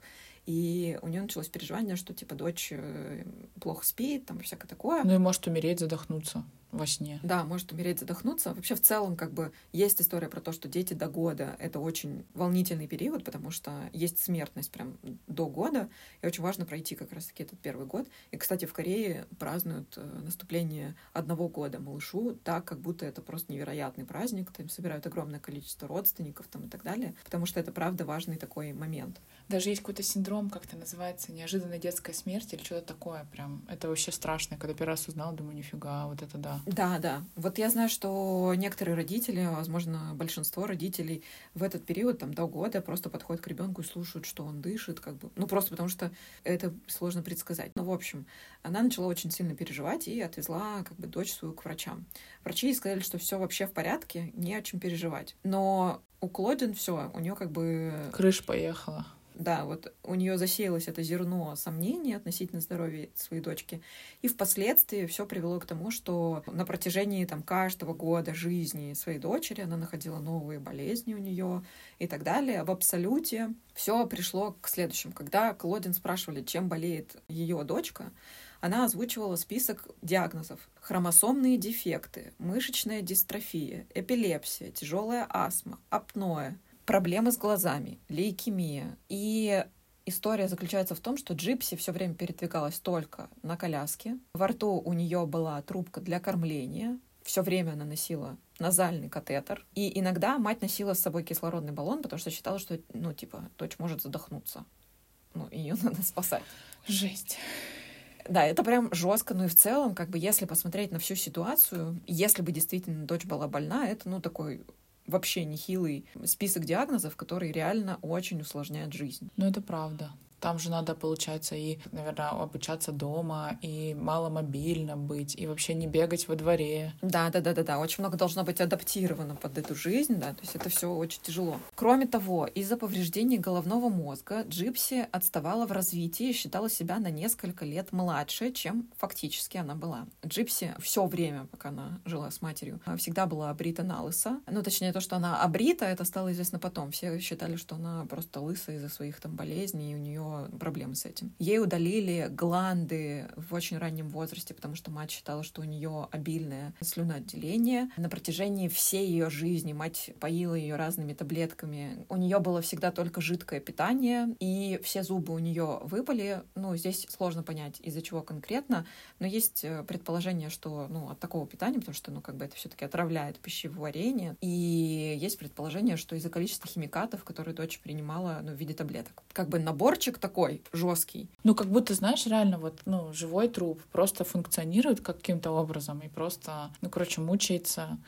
И у нее началось переживание, что типа дочь плохо спит, там всякое такое. Ну и может умереть, задохнуться во сне. Да, может умереть, задохнуться. Вообще в целом как бы есть история про то, что дети до года — это очень волнительный период, потому что есть смертность прям до года, и очень важно пройти как раз-таки этот первый год. И, кстати, в Корее празднуют наступление 1 года малышу так, как будто это просто невероятный праздник, там собирают огромное количество родственников там и так далее, потому что это правда важный такой момент. Даже есть какой-то синдром, как это называется, неожиданная детская смерть или что-то такое прям. Это вообще страшно. Когда первый раз узнала, думаю, нифига, вот это да. Да. Вот я знаю, что некоторые родители, возможно, большинство родителей в этот период, там, до года, просто подходят к ребенку и слушают, что он дышит, как бы. Ну, просто потому что это сложно предсказать. Ну, в общем, она начала очень сильно переживать и отвезла, как бы, дочь свою к врачам. Врачи сказали, что все вообще в порядке, не о чем переживать. Но у Клодин все, у нее как бы... Крыша поехала. Да, вот у нее засеялось это зерно сомнений относительно здоровья своей дочки. И впоследствии все привело к тому, что на протяжении там каждого года жизни своей дочери она находила новые болезни у нее и так далее. В абсолюте все пришло к следующему. Когда Клодин спрашивали, чем болеет ее дочка, она озвучивала список диагнозов: хромосомные дефекты, мышечная дистрофия, эпилепсия, тяжелая астма, апноэ, проблемы с глазами, лейкемия. И история заключается в том, что Джипси все время передвигалась только на коляске. Во рту у нее была трубка для кормления. Все время она носила назальный катетер. И иногда мать носила с собой кислородный баллон, потому что считала, что, ну, типа, дочь может задохнуться. Ну, ее надо спасать. Жесть. Да, это прям жестко. Ну и в целом, как бы, если посмотреть на всю ситуацию, если бы действительно дочь была больна, это, ну, такой вообще нехилый список диагнозов, который реально очень усложняет жизнь. Ну, это правда. Там же надо, получается, и, наверное, обучаться дома, и маломобильно быть, и вообще не бегать во дворе. Да. Очень много должно быть адаптировано под эту жизнь, да, то есть это все очень тяжело. Кроме того, из-за повреждений головного мозга Джипси отставала в развитии и считала себя на несколько лет младше, чем фактически она была. Джипси все время, пока она жила с матерью, всегда была обрита на лысо. Ну, точнее, то, что она обрита, это стало известно потом. Все считали, что она просто лысая из-за своих там болезней, и у нее проблемы с этим. Ей удалили гланды в очень раннем возрасте, потому что мать считала, что у нее обильное слюноотделение. На протяжении всей ее жизни мать поила ее разными таблетками. У нее было всегда только жидкое питание, и все зубы у нее выпали. Ну, здесь сложно понять, из-за чего конкретно, но есть предположение, что, ну, от такого питания, потому что, ну, как бы это все-таки отравляет пищеварение, и есть предположение, что из-за количества химикатов, которые дочь принимала, ну, в виде таблеток. Как бы наборчик такой жесткий. Ну, как будто, знаешь, реально вот, ну, живой труп просто функционирует каким-то образом и просто, ну, короче, мучается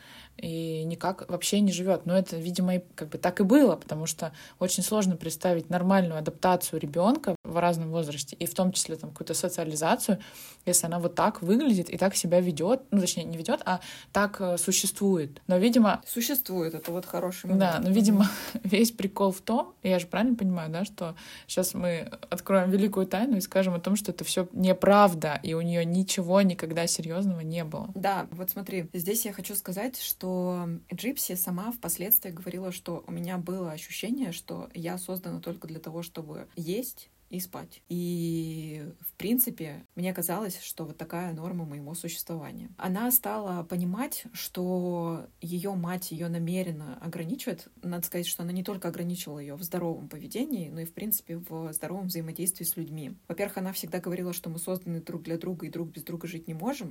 и никак вообще не живет. Но это, видимо, и как бы так и было, потому что очень сложно представить нормальную адаптацию ребенка в разном возрасте, и в том числе там какую-то социализацию, если она вот так выглядит и так себя ведет, ну, точнее, не ведет, а так существует. Но, видимо... Существует, это вот хороший момент. Да, но, видимо, весь прикол в том, я же правильно понимаю, да, что сейчас мы откроем великую тайну и скажем о том, что это все неправда, и у нее ничего никогда серьезного не было. Да, вот смотри, здесь я хочу сказать, что Джипси сама впоследствии говорила, что у меня было ощущение, что я создана только для того, чтобы есть и спать. И, в принципе, мне казалось, что вот такая норма моего существования. Она стала понимать, что ее мать ее намеренно ограничивает. Надо сказать, что она не только ограничивала ее в здоровом поведении, но и, в принципе, в здоровом взаимодействии с людьми. Во-первых, она всегда говорила, что мы созданы друг для друга и друг без друга жить не можем.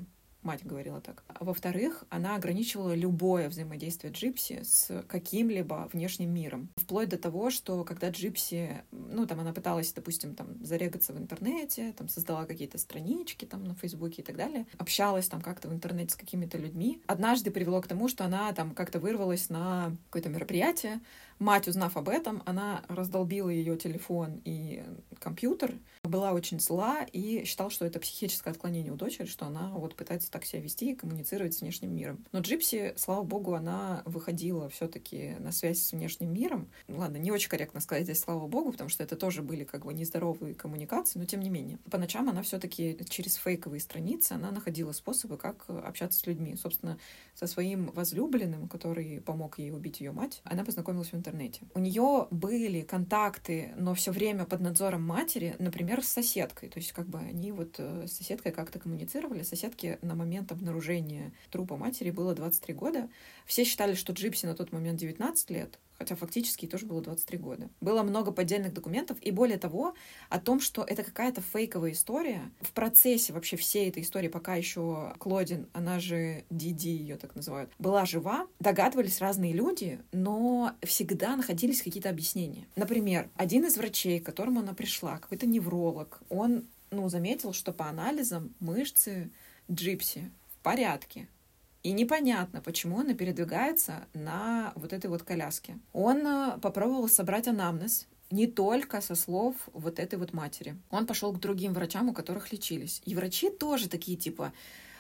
мать говорила так. А во-вторых, она ограничивала любое взаимодействие Джипси с каким-либо внешним миром. Вплоть до того, что когда Джипси, там она пыталась, допустим, там зарегаться в интернете, там создала какие-то странички там на Фейсбуке и так далее, общалась там как-то в интернете с какими-то людьми, однажды привело к тому, что она там как-то вырвалась на какое-то мероприятие. Мать, узнав об этом, она раздолбила ее телефон и компьютер, была очень зла и считала, что это психическое отклонение у дочери, что она вот пытается так себя вести и коммуницировать с внешним миром. Но Джипси, слава богу, она выходила все-таки на связь с внешним миром. Ладно, не очень корректно сказать здесь слава богу, потому что это тоже были как бы нездоровые коммуникации, но тем не менее. По ночам она все-таки через фейковые страницы она находила способы, как общаться с людьми. Собственно, со своим возлюбленным, который помог ей убить ее мать, она познакомилась в интернете. У нее были контакты, но все время под надзором матери, например, с соседкой. То есть как бы они вот с соседкой как-то коммуницировали. Соседке на момент обнаружения трупа матери было 23 года. Все считали, что Джипси на тот момент 19 лет, хотя фактически ей тоже было 23 года. Было много поддельных документов, и более того, о том, что это какая-то фейковая история. В процессе вообще всей этой истории, пока еще Клодин, она же Диди, ее так называют, была жива, догадывались разные люди, но всегда находились какие-то объяснения. Например, один из врачей, к которому она пришла, какой-то невролог, он заметил, что по анализам мышцы Джипси в порядке. И непонятно, почему она передвигается на вот этой вот коляске. Он попробовал собрать анамнез не только со слов вот этой вот матери. Он пошел к другим врачам, у которых лечились. И врачи тоже такие типа,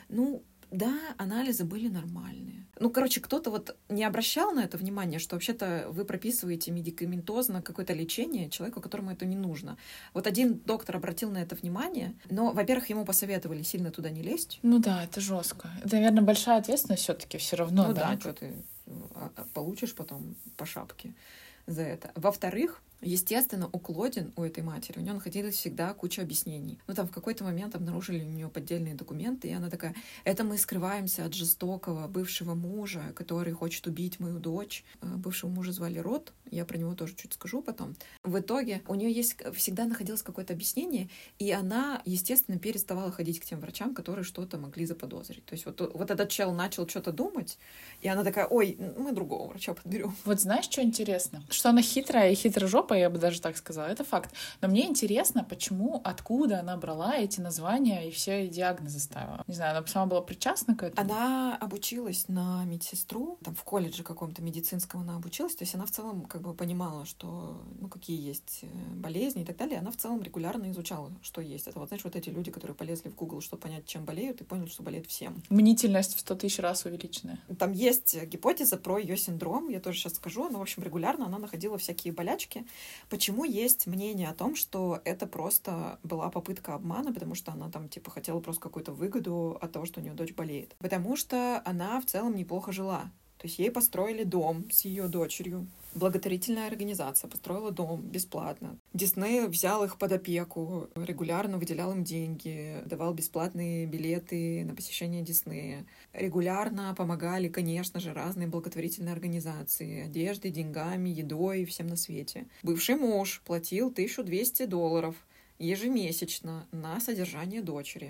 да, анализы были нормальные. Кто-то вот не обращал на это внимание, что вообще-то вы прописываете медикаментозно какое-то лечение человеку, которому это не нужно. Вот один доктор обратил на это внимание, но, во-первых, ему посоветовали сильно туда не лезть. Да, это жестко. Это, наверное, большая ответственность все-таки все равно, да? Что ты получишь потом по шапке за это. Во-вторых, естественно, у Клодин, у этой матери, у нее находилась всегда куча объяснений. Там в какой-то момент обнаружили у нее поддельные документы, и она такая, это мы скрываемся от жестокого бывшего мужа, который хочет убить мою дочь. Бывшего мужа звали Рот, я про него тоже чуть скажу потом. В итоге у нее всегда находилось какое-то объяснение, и она, естественно, переставала ходить к тем врачам, которые что-то могли заподозрить. То есть вот этот чел начал что-то думать, и она такая, ой, мы другого врача подберем. Вот знаешь, что интересно? Что она хитрая и хитрожопая, я бы даже так сказала, это факт. Но мне интересно, откуда она брала эти названия и все диагнозы ставила. Не знаю, она сама была причастна к этому? Она обучилась на медсестру, там в колледже каком-то медицинском она обучилась, то есть она в целом как бы понимала, что, какие есть болезни и так далее. Она в целом регулярно изучала, что есть. Это вот, знаешь, вот эти люди, которые полезли в Google, чтобы понять, чем болеют, и поняли, что болеет всем. Мнительность в 100 000 раз увеличенная. Там есть гипотеза про ее синдром, я тоже сейчас скажу, но, в общем, регулярно она находила всякие болячки. Почему есть мнение о том, что это просто была попытка обмана, потому что она там, хотела просто какую-то выгоду от того, что у нее дочь болеет. Потому что она в целом неплохо жила. То есть ей построили дом с ее дочерью. Благотворительная организация построила дом бесплатно. Дисней взял их под опеку, регулярно выделял им деньги, давал бесплатные билеты на посещение Диснея. Регулярно помогали, конечно же, разные благотворительные организации одеждой, деньгами, едой, всем на свете. Бывший муж платил $1200 ежемесячно на содержание дочери.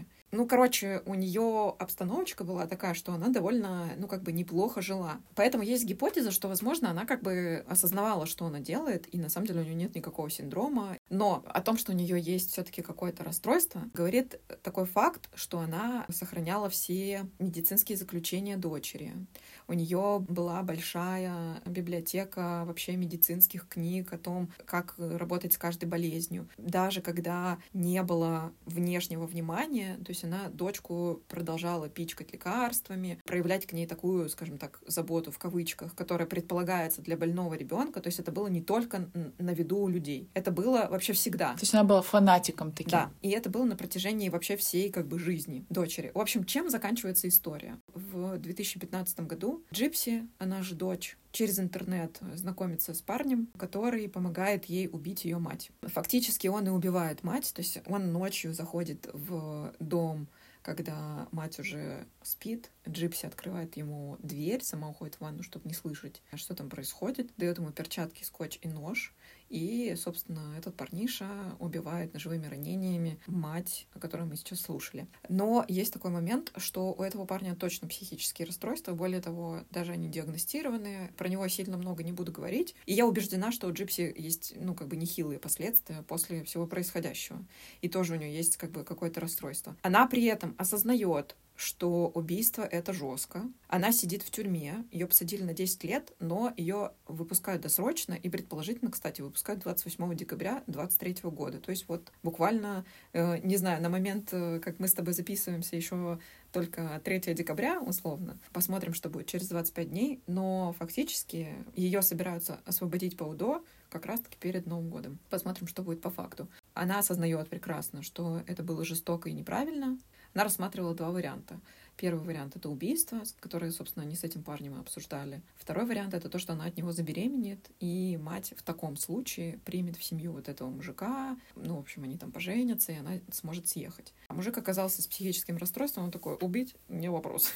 У нее обстановочка была такая, что она довольно, неплохо жила. Поэтому есть гипотеза, что, возможно, она осознавала, что она делает, и на самом деле у нее нет никакого синдрома. Но о том, что у нее есть все-таки какое-то расстройство, говорит такой факт, что она сохраняла все медицинские заключения дочери. У нее была большая библиотека вообще медицинских книг о том, как работать с каждой болезнью. Даже когда не было внешнего внимания, то есть она дочку продолжала пичкать лекарствами, проявлять к ней такую, скажем так, заботу в кавычках, которая предполагается для больного ребенка. То есть это было не только на виду у людей. Это было вообще всегда. То есть она была фанатиком таким. Да, и это было на протяжении вообще всей жизни дочери. В общем, чем заканчивается история? В 2015 году Джипси, она же дочь, через интернет знакомится с парнем, который помогает ей убить ее мать. Фактически он и убивает мать, то есть он ночью заходит в дом, когда мать уже спит. Джипси открывает ему дверь, сама уходит в ванну, чтобы не слышать, что там происходит, дает ему перчатки, скотч и нож И, собственно, этот парниша убивает ножевыми ранениями мать, о которой мы сейчас слушали. Но есть такой момент, что у этого парня точно психические расстройства. Более того, даже они диагностированы. Про него сильно много не буду говорить. И я убеждена, что у Джипси есть, нехилые последствия после всего происходящего. И тоже у нее есть, какое-то расстройство. Она при этом осознает, что убийство — это жестко. Она сидит в тюрьме, ее посадили на 10 лет, но ее выпускают досрочно, и предположительно, кстати, выпускают 28 декабря 2023 года. То есть вот буквально, не знаю, на момент, как мы с тобой записываемся, еще только 3 декабря, условно. Посмотрим, что будет через 25 дней, но фактически ее собираются освободить по УДО как раз-таки перед Новым годом. Посмотрим, что будет по факту. Она осознает прекрасно, что это было жестоко и неправильно. Она рассматривала 2 варианта. Первый вариант — это убийство, которое, собственно, они с этим парнем обсуждали. Второй вариант — это то, что она от него забеременеет, и мать в таком случае примет в семью вот этого мужика. В общем, они там поженятся, и она сможет съехать. А мужик оказался с психическим расстройством, он такой: убить — не вопрос.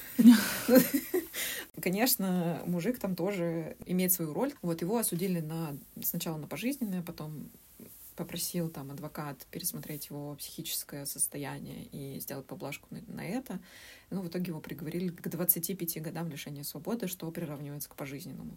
Конечно, мужик там тоже имеет свою роль. Вот его осудили сначала на пожизненное, потом попросил там адвокат пересмотреть его психическое состояние и сделать поблажку на это. В итоге его приговорили к 25 годам лишения свободы, что приравнивается к пожизненному.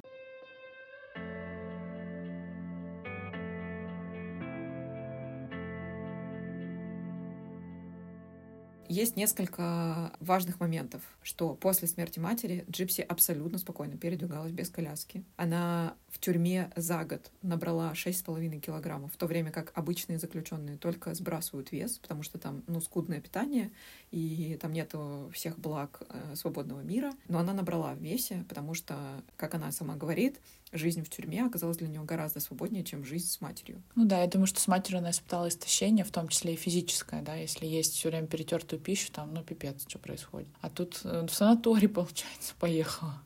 Есть несколько важных моментов, что после смерти матери Джипси абсолютно спокойно передвигалась без коляски. Она в тюрьме за год набрала 6,5 килограммов, в то время как обычные заключенные только сбрасывают вес, потому что там, скудное питание, и там нету всех благ свободного мира. Но она набрала в весе, потому что, как она сама говорит, жизнь в тюрьме оказалась для нее гораздо свободнее, чем жизнь с матерью. Я думаю, что с матерью она испытала истощение, в том числе и физическое, да, если есть все время перетертую пищу, там, пипец, что происходит. А тут в санаторий, получается, поехала.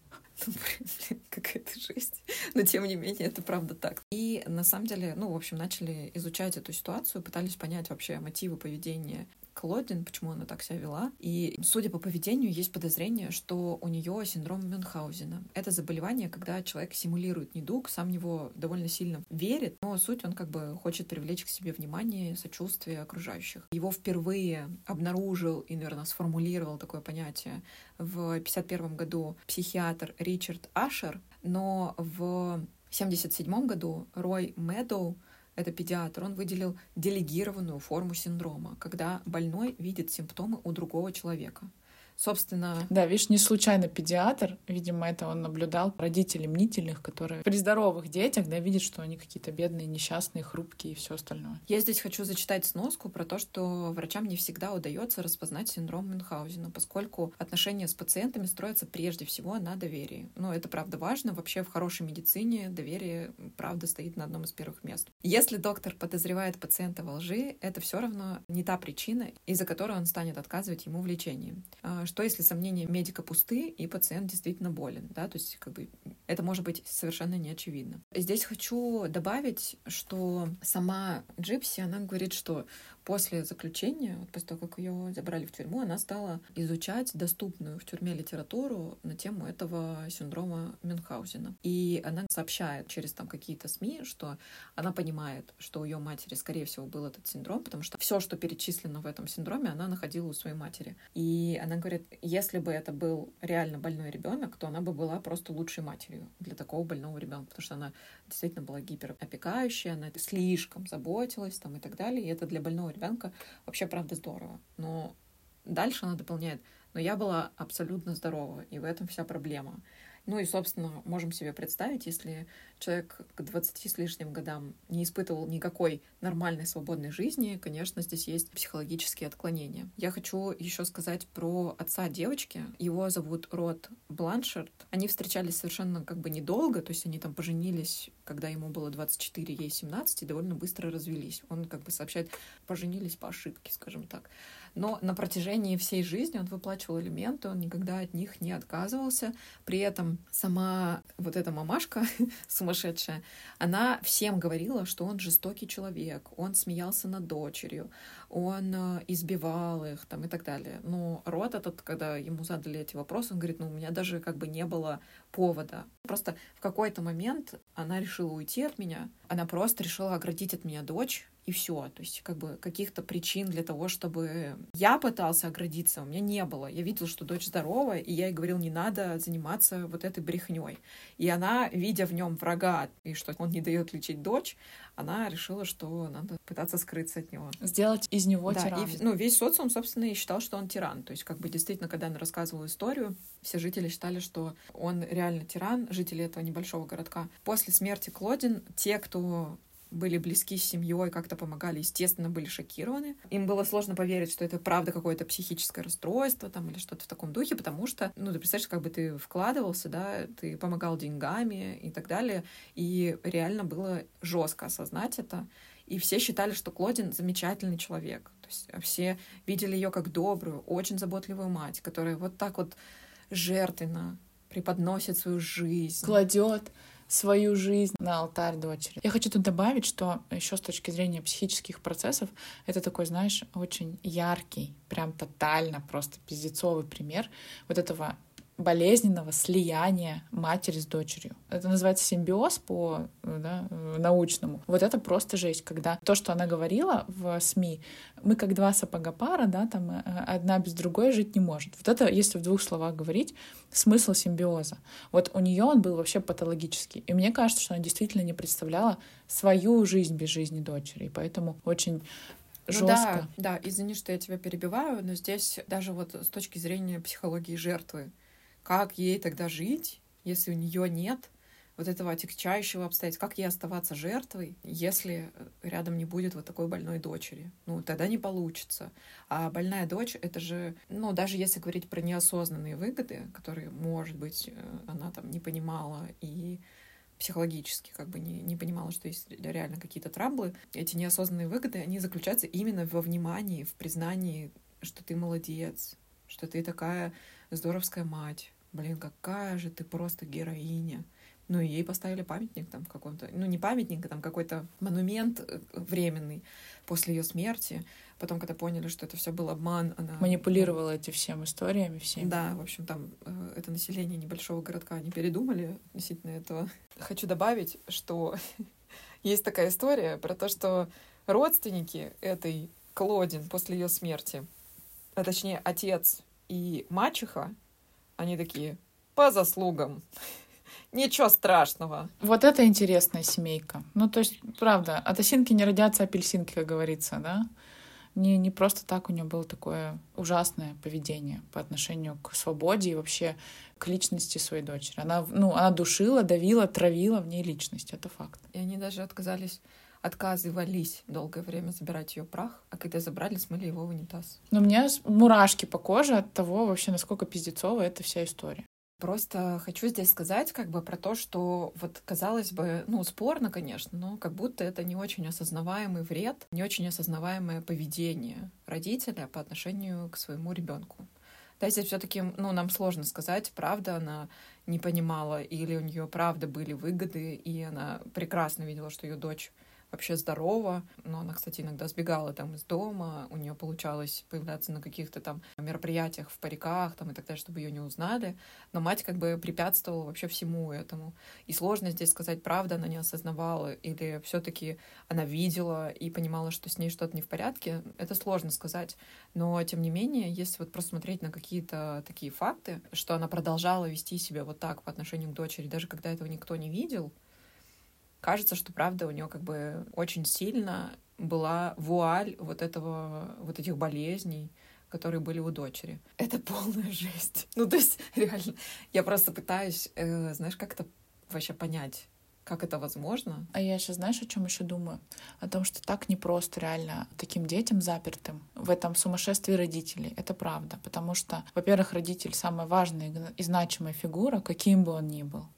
Какая-то жесть. Но, тем не менее, это правда так. И, на самом деле, начали изучать эту ситуацию, пытались понять вообще мотивы поведения Клодин, почему она так себя вела. И, судя по поведению, есть подозрение, что у нее синдром Мюнхгаузена. Это заболевание, когда человек симулирует недуг, сам в него довольно сильно верит, но суть он хочет привлечь к себе внимание, сочувствие окружающих. Его впервые обнаружил и, наверное, сформулировал такое понятие в 1951 году психиатр Ричард Ашер, но в 1977 году Рой Медоу, это педиатр, он выделил делегированную форму синдрома, когда больной видит симптомы у другого человека. Собственно... Да, видишь, не случайно педиатр, видимо, это он наблюдал родителей мнительных, которые при здоровых детях, видят, что они какие-то бедные, несчастные, хрупкие и все остальное. Я здесь хочу зачитать сноску про то, что врачам не всегда удается распознать синдром Мюнхгаузена, поскольку отношения с пациентами строятся прежде всего на доверии. Это правда важно. Вообще в хорошей медицине доверие, правда, стоит на одном из первых мест. Если доктор подозревает пациента во лжи, это все равно не та причина, из-за которой он станет отказывать ему в лечении. Что если сомнения медика пусты, и пациент действительно болен, да, то есть это может быть совершенно не очевидно. Здесь хочу добавить, что сама Джипси, она говорит, что после заключения, после того, как ее забрали в тюрьму, она стала изучать доступную в тюрьме литературу на тему этого синдрома Мюнхгаузена. И она сообщает через какие-то СМИ, что она понимает, что у ее матери, скорее всего, был этот синдром, потому что все, что перечислено в этом синдроме, она находила у своей матери. И она говорит, если бы это был реально больной ребенок, то она бы была просто лучшей матерью для такого больного ребенка, потому что она действительно была гиперопекающая, она слишком заботилась и так далее. И это для больного ребенка вообще, правда, здорово. Но дальше она дополняет, но я была абсолютно здорова, и в этом вся проблема. И, собственно, можем себе представить, если человек к 20 с лишним годам не испытывал никакой нормальной свободной жизни, конечно, здесь есть психологические отклонения. Я хочу еще сказать про отца девочки. Его зовут Род Бланшард. Они встречались совершенно недолго, то есть они поженились, когда ему было 24, ей 17, и довольно быстро развелись. Он сообщает, поженились по ошибке, скажем так. Но на протяжении всей жизни он выплачивал алименты, он никогда от них не отказывался. При этом сама вот эта мамашка сумасшедшая, она всем говорила, что он жестокий человек, он смеялся над дочерью, он избивал их там и так далее. Но Рот этот, когда ему задали эти вопросы, он говорит, ну, у меня даже как бы не было повода. Просто в какой-то момент она решила уйти от меня, она просто решила оградить от меня дочь, и все. То есть как бы каких-то причин для того, чтобы я пытался оградиться, у меня не было. Я видела, что дочь здорова, и я ей говорил, не надо заниматься вот этой брехней. И она, видя в нем врага, и что он не дает лечить дочь, она решила, что надо пытаться скрыться от него. Сделать из него тирана. И, ну, весь социум, собственно, и считал, что он тиран. То есть как бы действительно, когда она рассказывала историю, все жители считали, что он реально тиран, жители этого небольшого городка. После смерти Клодин те, кто были близки с семьей, как-то помогали, естественно, были шокированы. Им было сложно поверить, что это правда какое-то психическое расстройство там, или что-то в таком духе, потому что, ну, ты представляешь, как бы ты вкладывался, да, ты помогал деньгами и так далее, и реально было жестко осознать это. И все считали, что Клодин замечательный человек. То есть все видели ее как добрую, очень заботливую мать, которая вот так вот жертвенно преподносит свою жизнь. Кладет свою жизнь на алтарь дочери. Я хочу тут добавить, что еще с точки зрения психических процессов, это такой, знаешь, очень яркий, прям тотально просто пиздецовый пример вот этого болезненного слияния матери с дочерью. Это называется симбиоз по научному. Вот это просто жесть, когда то, что она говорила в СМИ, мы как два сапога пара, да, там одна без другой жить не может. Вот это, если в двух словах говорить, смысл симбиоза. Вот у нее он был вообще патологический. И мне кажется, что она действительно не представляла свою жизнь без жизни дочери. И поэтому очень жестко. Да, извини, что я тебя перебиваю, но здесь даже вот с точки зрения психологии жертвы, как ей тогда жить, если у нее нет вот этого отягчающего обстоятельства? Как ей оставаться жертвой, если рядом не будет вот такой больной дочери? Ну, тогда не получится. А больная дочь — это же, ну, даже если говорить про неосознанные выгоды, которые, может быть, она там не понимала и психологически как бы не понимала, что есть реально какие-то траблы, эти неосознанные выгоды, они заключаются именно во внимании, в признании, что ты молодец, что ты такая здоровская мать. Блин, какая же ты просто героиня. Ну, и ей поставили памятник там в каком-то... Ну, не памятник, а там какой-то монумент временный после ее смерти. Потом, когда поняли, что это все был обман, она... Манипулировала эти всем историями, всеми. Да, в общем, там это население небольшого городка, они передумали относительно этого. Хочу добавить, что есть такая история про то, что родственники этой Клодин после ее смерти, а точнее отец и мачеха, они такие, по заслугам. Ничего страшного. Вот это интересная семейка. Ну, то есть, правда, от осинки не родятся апельсинки, как говорится, да? Не просто так у нее было такое ужасное поведение по отношению к свободе и вообще к личности своей дочери. Она душила, давила, травила в ней личность. Это факт. И они даже отказывались долгое время забирать ее прах, а когда забрали, смыли его в унитаз. Но у меня мурашки по коже от того вообще, насколько пиздецовая эта вся история. Просто хочу здесь сказать как бы про то, что вот, казалось бы, ну, спорно, конечно, но как будто это не очень осознаваемый вред, не очень осознаваемое поведение родителя по отношению к своему ребенку. Да, здесь все-таки, ну, нам сложно сказать, правда она не понимала или у нее правда были выгоды, и она прекрасно видела, что ее дочь вообще здорова, но она, кстати, иногда сбегала там из дома, у нее получалось появляться на каких-то там мероприятиях в париках там и так далее, чтобы ее не узнали, но мать как бы препятствовала вообще всему этому. И сложно здесь сказать, правда она не осознавала или все-таки она видела и понимала, что с ней что-то не в порядке, это сложно сказать, но тем не менее, если вот просто смотреть на какие-то такие факты, что она продолжала вести себя вот так по отношению к дочери, даже когда этого никто не видел, кажется, что, правда, у нее как бы очень сильно была вуаль вот этих болезней, которые были у дочери. Это полная жесть. Ну, то есть, реально, я просто пытаюсь, знаешь, как-то вообще понять, как это возможно. А я сейчас, знаешь, о чем еще думаю? О том, что так непросто реально таким детям запертым в этом сумасшествии родителей. Это правда. Потому что, во-первых, родитель — самая важная и значимая фигура, каким бы он ни был.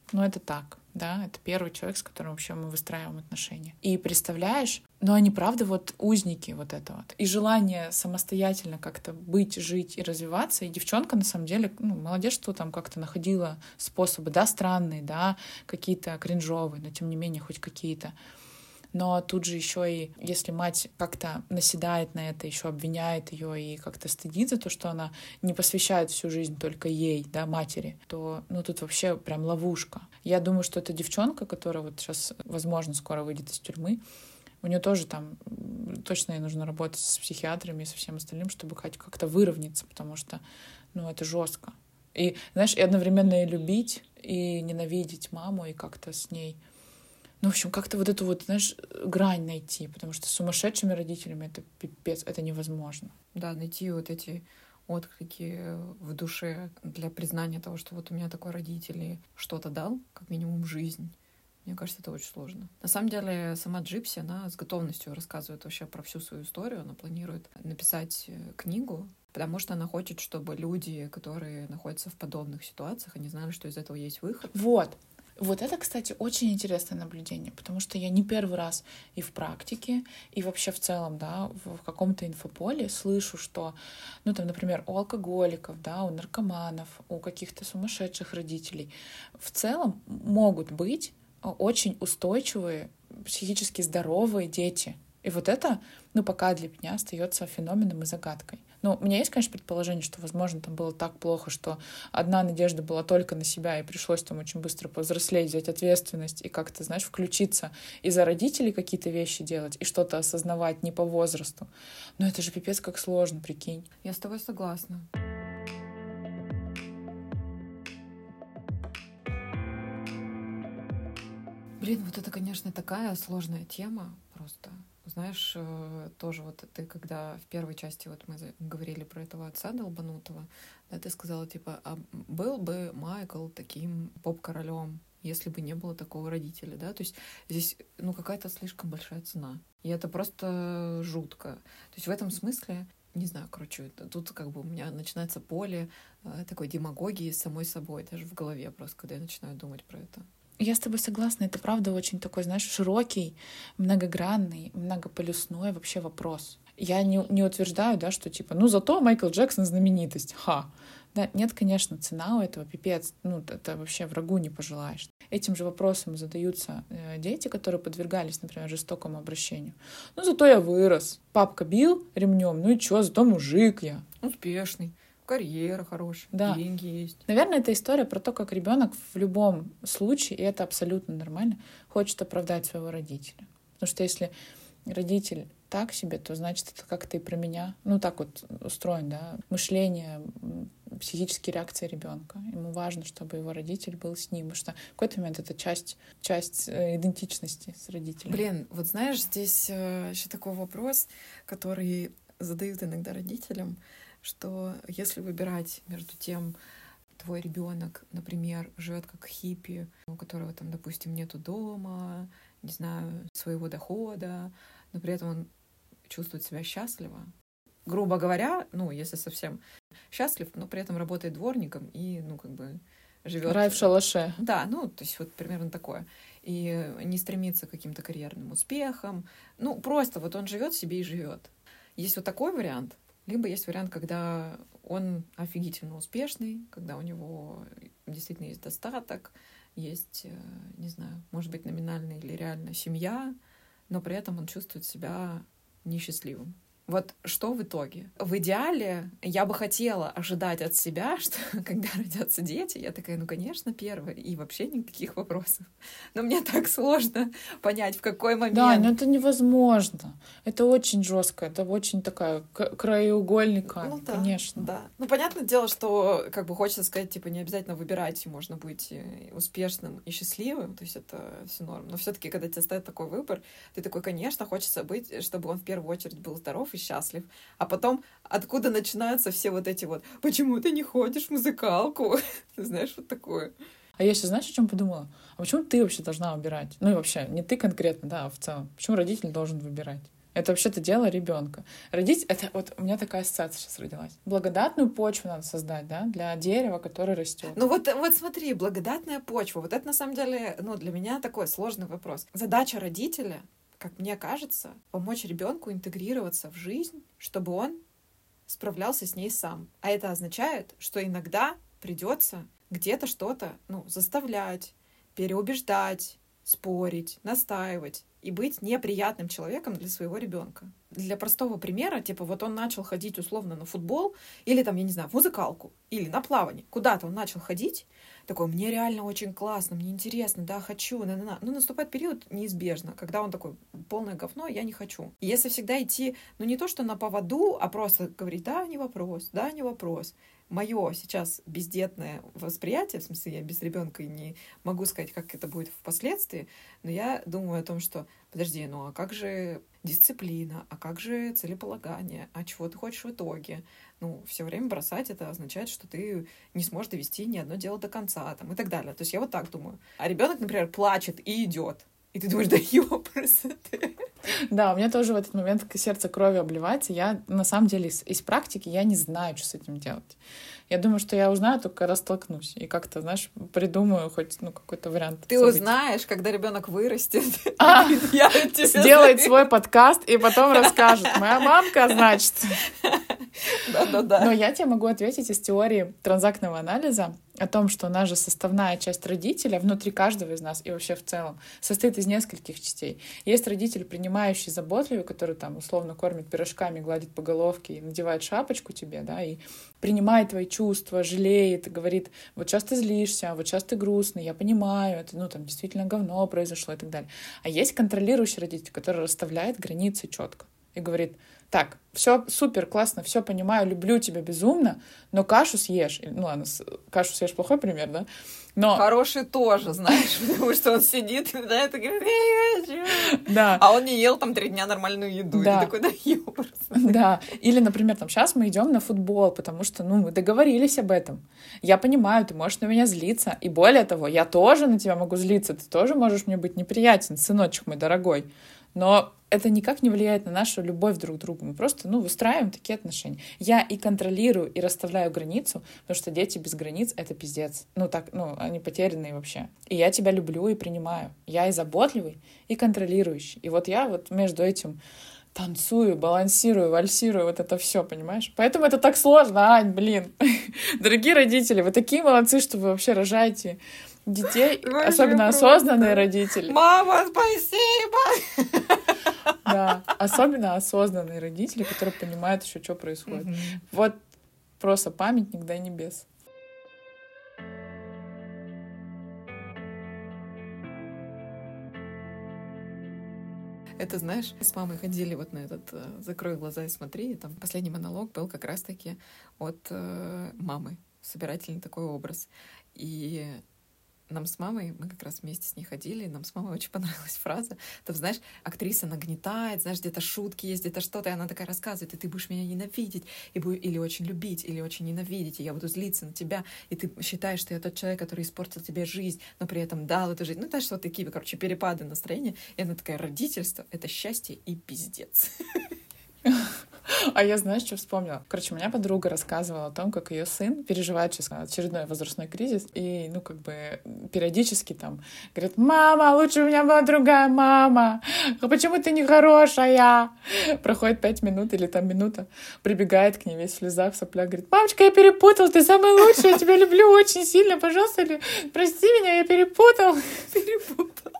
Ну, это так, да, это первый человек, с которым вообще мы выстраиваем отношения. И представляешь, но они правда вот узники вот это вот. И желание самостоятельно как-то быть, жить и развиваться. И девчонка, на самом деле, ну, молодец, что там как-то находила способы, да, странные, да, какие-то кринжовые, но тем не менее хоть какие-то. Но тут же еще и если мать как-то наседает на это, еще обвиняет ее и как-то стыдит за то, что она не посвящает всю жизнь только ей, да, матери, то, ну, тут вообще прям ловушка. Я думаю, что эта девчонка, которая вот сейчас, возможно, скоро выйдет из тюрьмы, у нее тоже там точно ей нужно работать с психиатрами и со всем остальным, чтобы хоть как-то выровняться, потому что, ну, это жестко. И, знаешь, и одновременно и любить, и ненавидеть маму, и как-то с ней... Ну, в общем, как-то вот эту вот, знаешь, грань найти, потому что с сумасшедшими родителями это пипец, это невозможно. Да, найти вот эти отклики в душе для признания того, что вот у меня такой родитель и что-то дал, как минимум жизнь. Мне кажется, это очень сложно. На самом деле, сама Джипси, она с готовностью рассказывает вообще про всю свою историю. Она планирует написать книгу, потому что она хочет, чтобы люди, которые находятся в подобных ситуациях, они знали, что из этого есть выход. Вот это, кстати, очень интересное наблюдение, потому что я не первый раз и в практике, и вообще в целом, да, в каком-то инфополе слышу, что, ну, там, например, у алкоголиков, да, у наркоманов, у каких-то сумасшедших родителей в целом могут быть очень устойчивые, психически здоровые дети. И вот это, ну, пока для меня остается феноменом и загадкой. Ну, у меня есть, конечно, предположение, что, возможно, там было так плохо, что одна надежда была только на себя, и пришлось там очень быстро повзрослеть, взять ответственность и как-то, знаешь, включиться и за родителей какие-то вещи делать, и что-то осознавать не по возрасту. Но это же пипец как сложно, прикинь. Я с тобой согласна. Блин, вот это, конечно, такая сложная тема просто. Знаешь, тоже вот ты, когда в первой части вот мы говорили про этого отца долбанутого, да, ты сказала, типа, а был бы Майкл таким поп-королем, если бы не было такого родителя, да? То есть здесь, ну, какая-то слишком большая цена. И это просто жутко. То есть в этом смысле, не знаю, короче, тут как бы у меня начинается поле такой демагогии с самой собой, даже в голове просто, когда я начинаю думать про это. Я с тобой согласна, это правда очень такой, знаешь, широкий, многогранный, многополюсной вообще вопрос. Я не утверждаю, да, что типа, ну зато Майкл Джексон знаменитость, ха. Да, нет, конечно, цена у этого пипец, ну это вообще врагу не пожелаешь. Этим же вопросом задаются дети, которые подвергались, например, жестокому обращению. Ну зато я вырос, папка бил ремнем, ну и чё, зато мужик я. Успешный. Карьера хорошая, да. Деньги есть. Наверное, это история про то, как ребенок в любом случае, и это абсолютно нормально, хочет оправдать своего родителя. Потому что если родитель так себе, то значит это как-то и про меня. Ну, так вот устроен, да, мышление, психические реакции ребенка. Ему важно, чтобы его родитель был с ним, потому что в какой-то момент это часть идентичности с родителем. Блин, вот знаешь, здесь еще такой вопрос, который задают иногда родителям, что если выбирать между тем, твой ребенок, например, живет как хиппи, у которого там, допустим, нету дома, не знаю, своего дохода, но при этом он чувствует себя счастливо. Грубо говоря, ну, если совсем счастлив, но при этом работает дворником и, ну, как бы живет. Рай в шалаше. Да, ну, то есть вот примерно такое. И не стремится к каким-то карьерным успехам. Ну, просто вот он живет себе и живет. Есть вот такой вариант. Либо есть вариант, когда он офигительно успешный, когда у него действительно есть достаток, есть, не знаю, может быть, номинальная или реальная семья, но при этом он чувствует себя несчастливым. Вот что в итоге? В идеале я бы хотела ожидать от себя, что когда родятся дети, я такая, ну, конечно, первое, и вообще никаких вопросов. Но мне так сложно понять, в какой момент. Да, но это невозможно. Это очень жестко, это очень такая краеугольный камень, ну, да, конечно. Да. Ну, понятное дело, что как бы хочется сказать, типа, не обязательно выбирать, можно быть успешным и счастливым, то есть это все норм. Но все-таки, когда тебе ставят такой выбор, ты такой, конечно, хочется быть, чтобы он в первую очередь был здоров и счастлив. А потом, откуда начинаются все вот эти вот «почему ты не ходишь в музыкалку?» Знаешь, вот такое. А я сейчас, знаешь, о чем подумала? А почему ты вообще должна выбирать? Ну и вообще, не ты конкретно, да, а в целом. Почему родитель должен выбирать? Это вообще-то дело ребенка. Родить — это вот у меня такая ассоциация сейчас родилась. Благодатную почву надо создать, да, для дерева, которое растет. Ну вот смотри, благодатная почва. Вот это на самом деле, ну, для меня такой сложный вопрос. Задача родителя, как мне кажется, помочь ребенку интегрироваться в жизнь, чтобы он справлялся с ней сам. А это означает, что иногда придется где-то что-то, ну, заставлять, переубеждать, спорить, настаивать и быть неприятным человеком для своего ребенка. Для простого примера, типа вот он начал ходить условно на футбол или там, я не знаю, в музыкалку или на плавание. Куда-то он начал ходить, такой, мне реально очень классно, мне интересно, да, хочу, на-на-на. Ну, наступает период неизбежно, когда он такой, полное говно, я не хочу. И если всегда идти, ну, не то, что на поводу, а просто говорить, да, не вопрос, да, не вопрос. Мое сейчас бездетное восприятие, в смысле, я без ребенка и не могу сказать, как это будет впоследствии, но я думаю о том, что, подожди, ну а как же дисциплина, а как же целеполагание, а чего ты хочешь в итоге? Ну, все время бросать это означает, что ты не сможешь довести ни одно дело до конца, там, и так далее. То есть я вот так думаю. А ребенок, например, плачет и идет. И ты думаешь, да ёпрст ты. Да, у меня тоже в этот момент сердце кровью обливается. Я, на самом деле, из практики я не знаю, что с этим делать. Я думаю, что я узнаю, только когда столкнусь. И как-то, знаешь, придумаю хоть какой-то вариант. Ты событий. узнаешь, когда ребенок вырастет. Сделает свой подкаст и потом расскажет. Моя мамка, значит. Да-да-да. Но я тебе могу ответить из теории транзактного анализа о том, что у нас же составная часть родителя внутри каждого из нас и вообще в целом состоит из нескольких частей. Есть родитель, принимающий, заботливый, который там условно кормит пирожками, гладит по головке и надевает шапочку тебе, да, и принимает твои чувства, жалеет, говорит, вот сейчас ты злишься, вот сейчас ты грустный, я понимаю, это, ну, там, действительно говно произошло и так далее. А есть контролирующий родитель, который расставляет границы четко и говорит, так, все супер, классно, все понимаю, люблю тебя безумно, но кашу съешь. Ну ладно, кашу съешь плохой пример, да? Но... Хороший тоже, знаешь, потому что он сидит и да, это говорит, я хочу. Да. А он не ел там 3 дня нормальную еду. Да. И ты такой, да ёпрст. Да. Или, например, там, сейчас мы идем на футбол, потому что, ну, мы договорились об этом. Я понимаю, ты можешь на меня злиться. И более того, я тоже на тебя могу злиться. Ты тоже можешь мне быть неприятен, сыночек мой дорогой. Но это никак не влияет на нашу любовь друг к другу. Мы просто, ну, выстраиваем такие отношения. Я и контролирую, и расставляю границу, потому что дети без границ — это пиздец. Ну, так, ну, они потерянные вообще. И я тебя люблю и принимаю. Я и заботливый, и контролирующий. И вот я вот между этим танцую, балансирую, вальсирую, вот это все, понимаешь? Поэтому это так сложно, Ань, блин. Дорогие родители, вы такие молодцы, что вы вообще рожаете детей, Вообще особенно просто. осознанные родители. Мама, спасибо! Да, особенно осознанные родители, которые понимают еще, что происходит. Вот просто памятник до небес. Это, знаешь, с мамой ходили вот на этот «Закрой глаза и смотри», и там последний монолог был как раз-таки от мамы, собирательный такой образ. И нам с мамой, мы как раз вместе с ней ходили, нам с мамой очень понравилась фраза. Там, знаешь, актриса нагнетает, знаешь, где-то шутки есть, где-то что-то, и она такая рассказывает, и ты будешь меня ненавидеть, или очень любить, или очень ненавидеть, и я буду злиться на тебя, и ты считаешь, что я тот человек, который испортил тебе жизнь, но при этом дал эту жизнь. Ну, знаешь, вот такие, короче, перепады настроения. И она такая, родительство — это счастье и пиздец. А я, знаешь, что вспомнила? Короче, у меня подруга рассказывала о том, как ее сын переживает сейчас очередной возрастной кризис, и, ну, как бы, периодически там говорит, мама, лучше у меня была другая мама, а почему ты не хорошая? Проходит 5 минут или там минута, прибегает к ней весь в слезах, в соплях, говорит, мамочка, я перепутал, ты самый лучший, я тебя люблю очень сильно, пожалуйста, прости меня, я перепутал. Перепутал!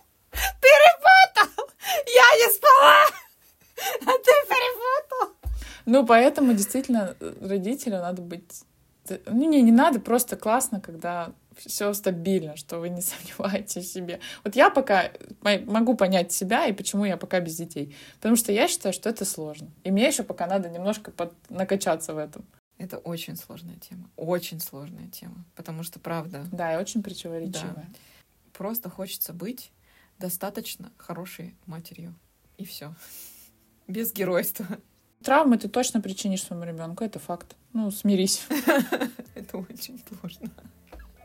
Я не спала! А ты перепутал! Ну, поэтому действительно родителю надо быть... Ну, не надо, просто классно, когда все стабильно, что вы не сомневаетесь в себе. Вот я пока могу понять себя и почему я пока без детей. Потому что я считаю, что это сложно. И мне еще пока надо немножко накачаться в этом. Это очень сложная тема. Очень сложная тема. Потому что, правда... Да, и очень противоречивая. Да. Просто хочется быть достаточно хорошей матерью. И все. Без геройства. Травмы ты точно причинишь своему ребенку, это факт. Ну, смирись. Это очень сложно.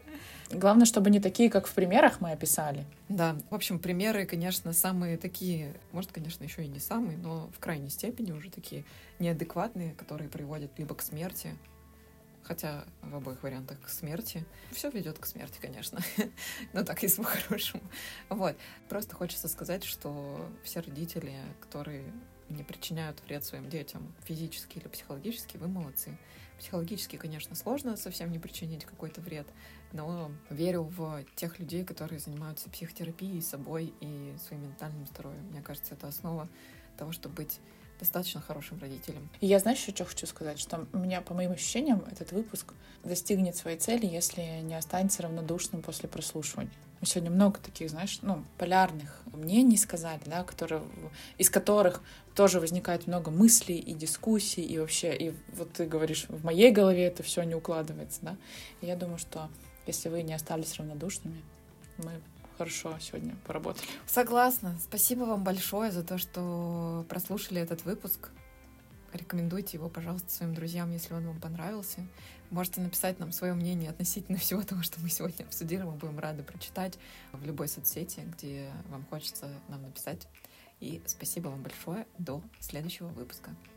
Главное, чтобы не такие, как в примерах мы описали. Да, в общем, примеры, конечно, самые такие, может, конечно, еще и не самые, но в крайней степени уже такие неадекватные, которые приводят либо к смерти, хотя в обоих вариантах к смерти. Все ведет к смерти, конечно, но так, если по-хорошему. Вот. Просто хочется сказать, что все родители, которые не причиняют вред своим детям физически или психологически, вы молодцы. Психологически, конечно, сложно совсем не причинить какой-то вред, но верю в тех людей, которые занимаются психотерапией, собой и своим ментальным здоровьем. Мне кажется, это основа того, чтобы быть достаточно хорошим родителем. И я, знаешь, еще что хочу сказать, что у меня, по моим ощущениям, этот выпуск достигнет своей цели, если не останется равнодушным после прослушивания. Мы сегодня много таких, знаешь, полярных мнений сказали, да, из которых тоже возникает много мыслей и дискуссий, и вообще, и вот ты говоришь, в моей голове это все не укладывается, да. И я думаю, что если вы не остались равнодушными, мы хорошо сегодня поработали. Согласна. Спасибо вам большое за то, что прослушали этот выпуск. Рекомендуйте его, пожалуйста, своим друзьям, если он вам понравился. Можете написать нам свое мнение относительно всего того, что мы сегодня обсудили. Мы будем рады прочитать в любой соцсети, где вам хочется нам написать. И спасибо вам большое. До следующего выпуска.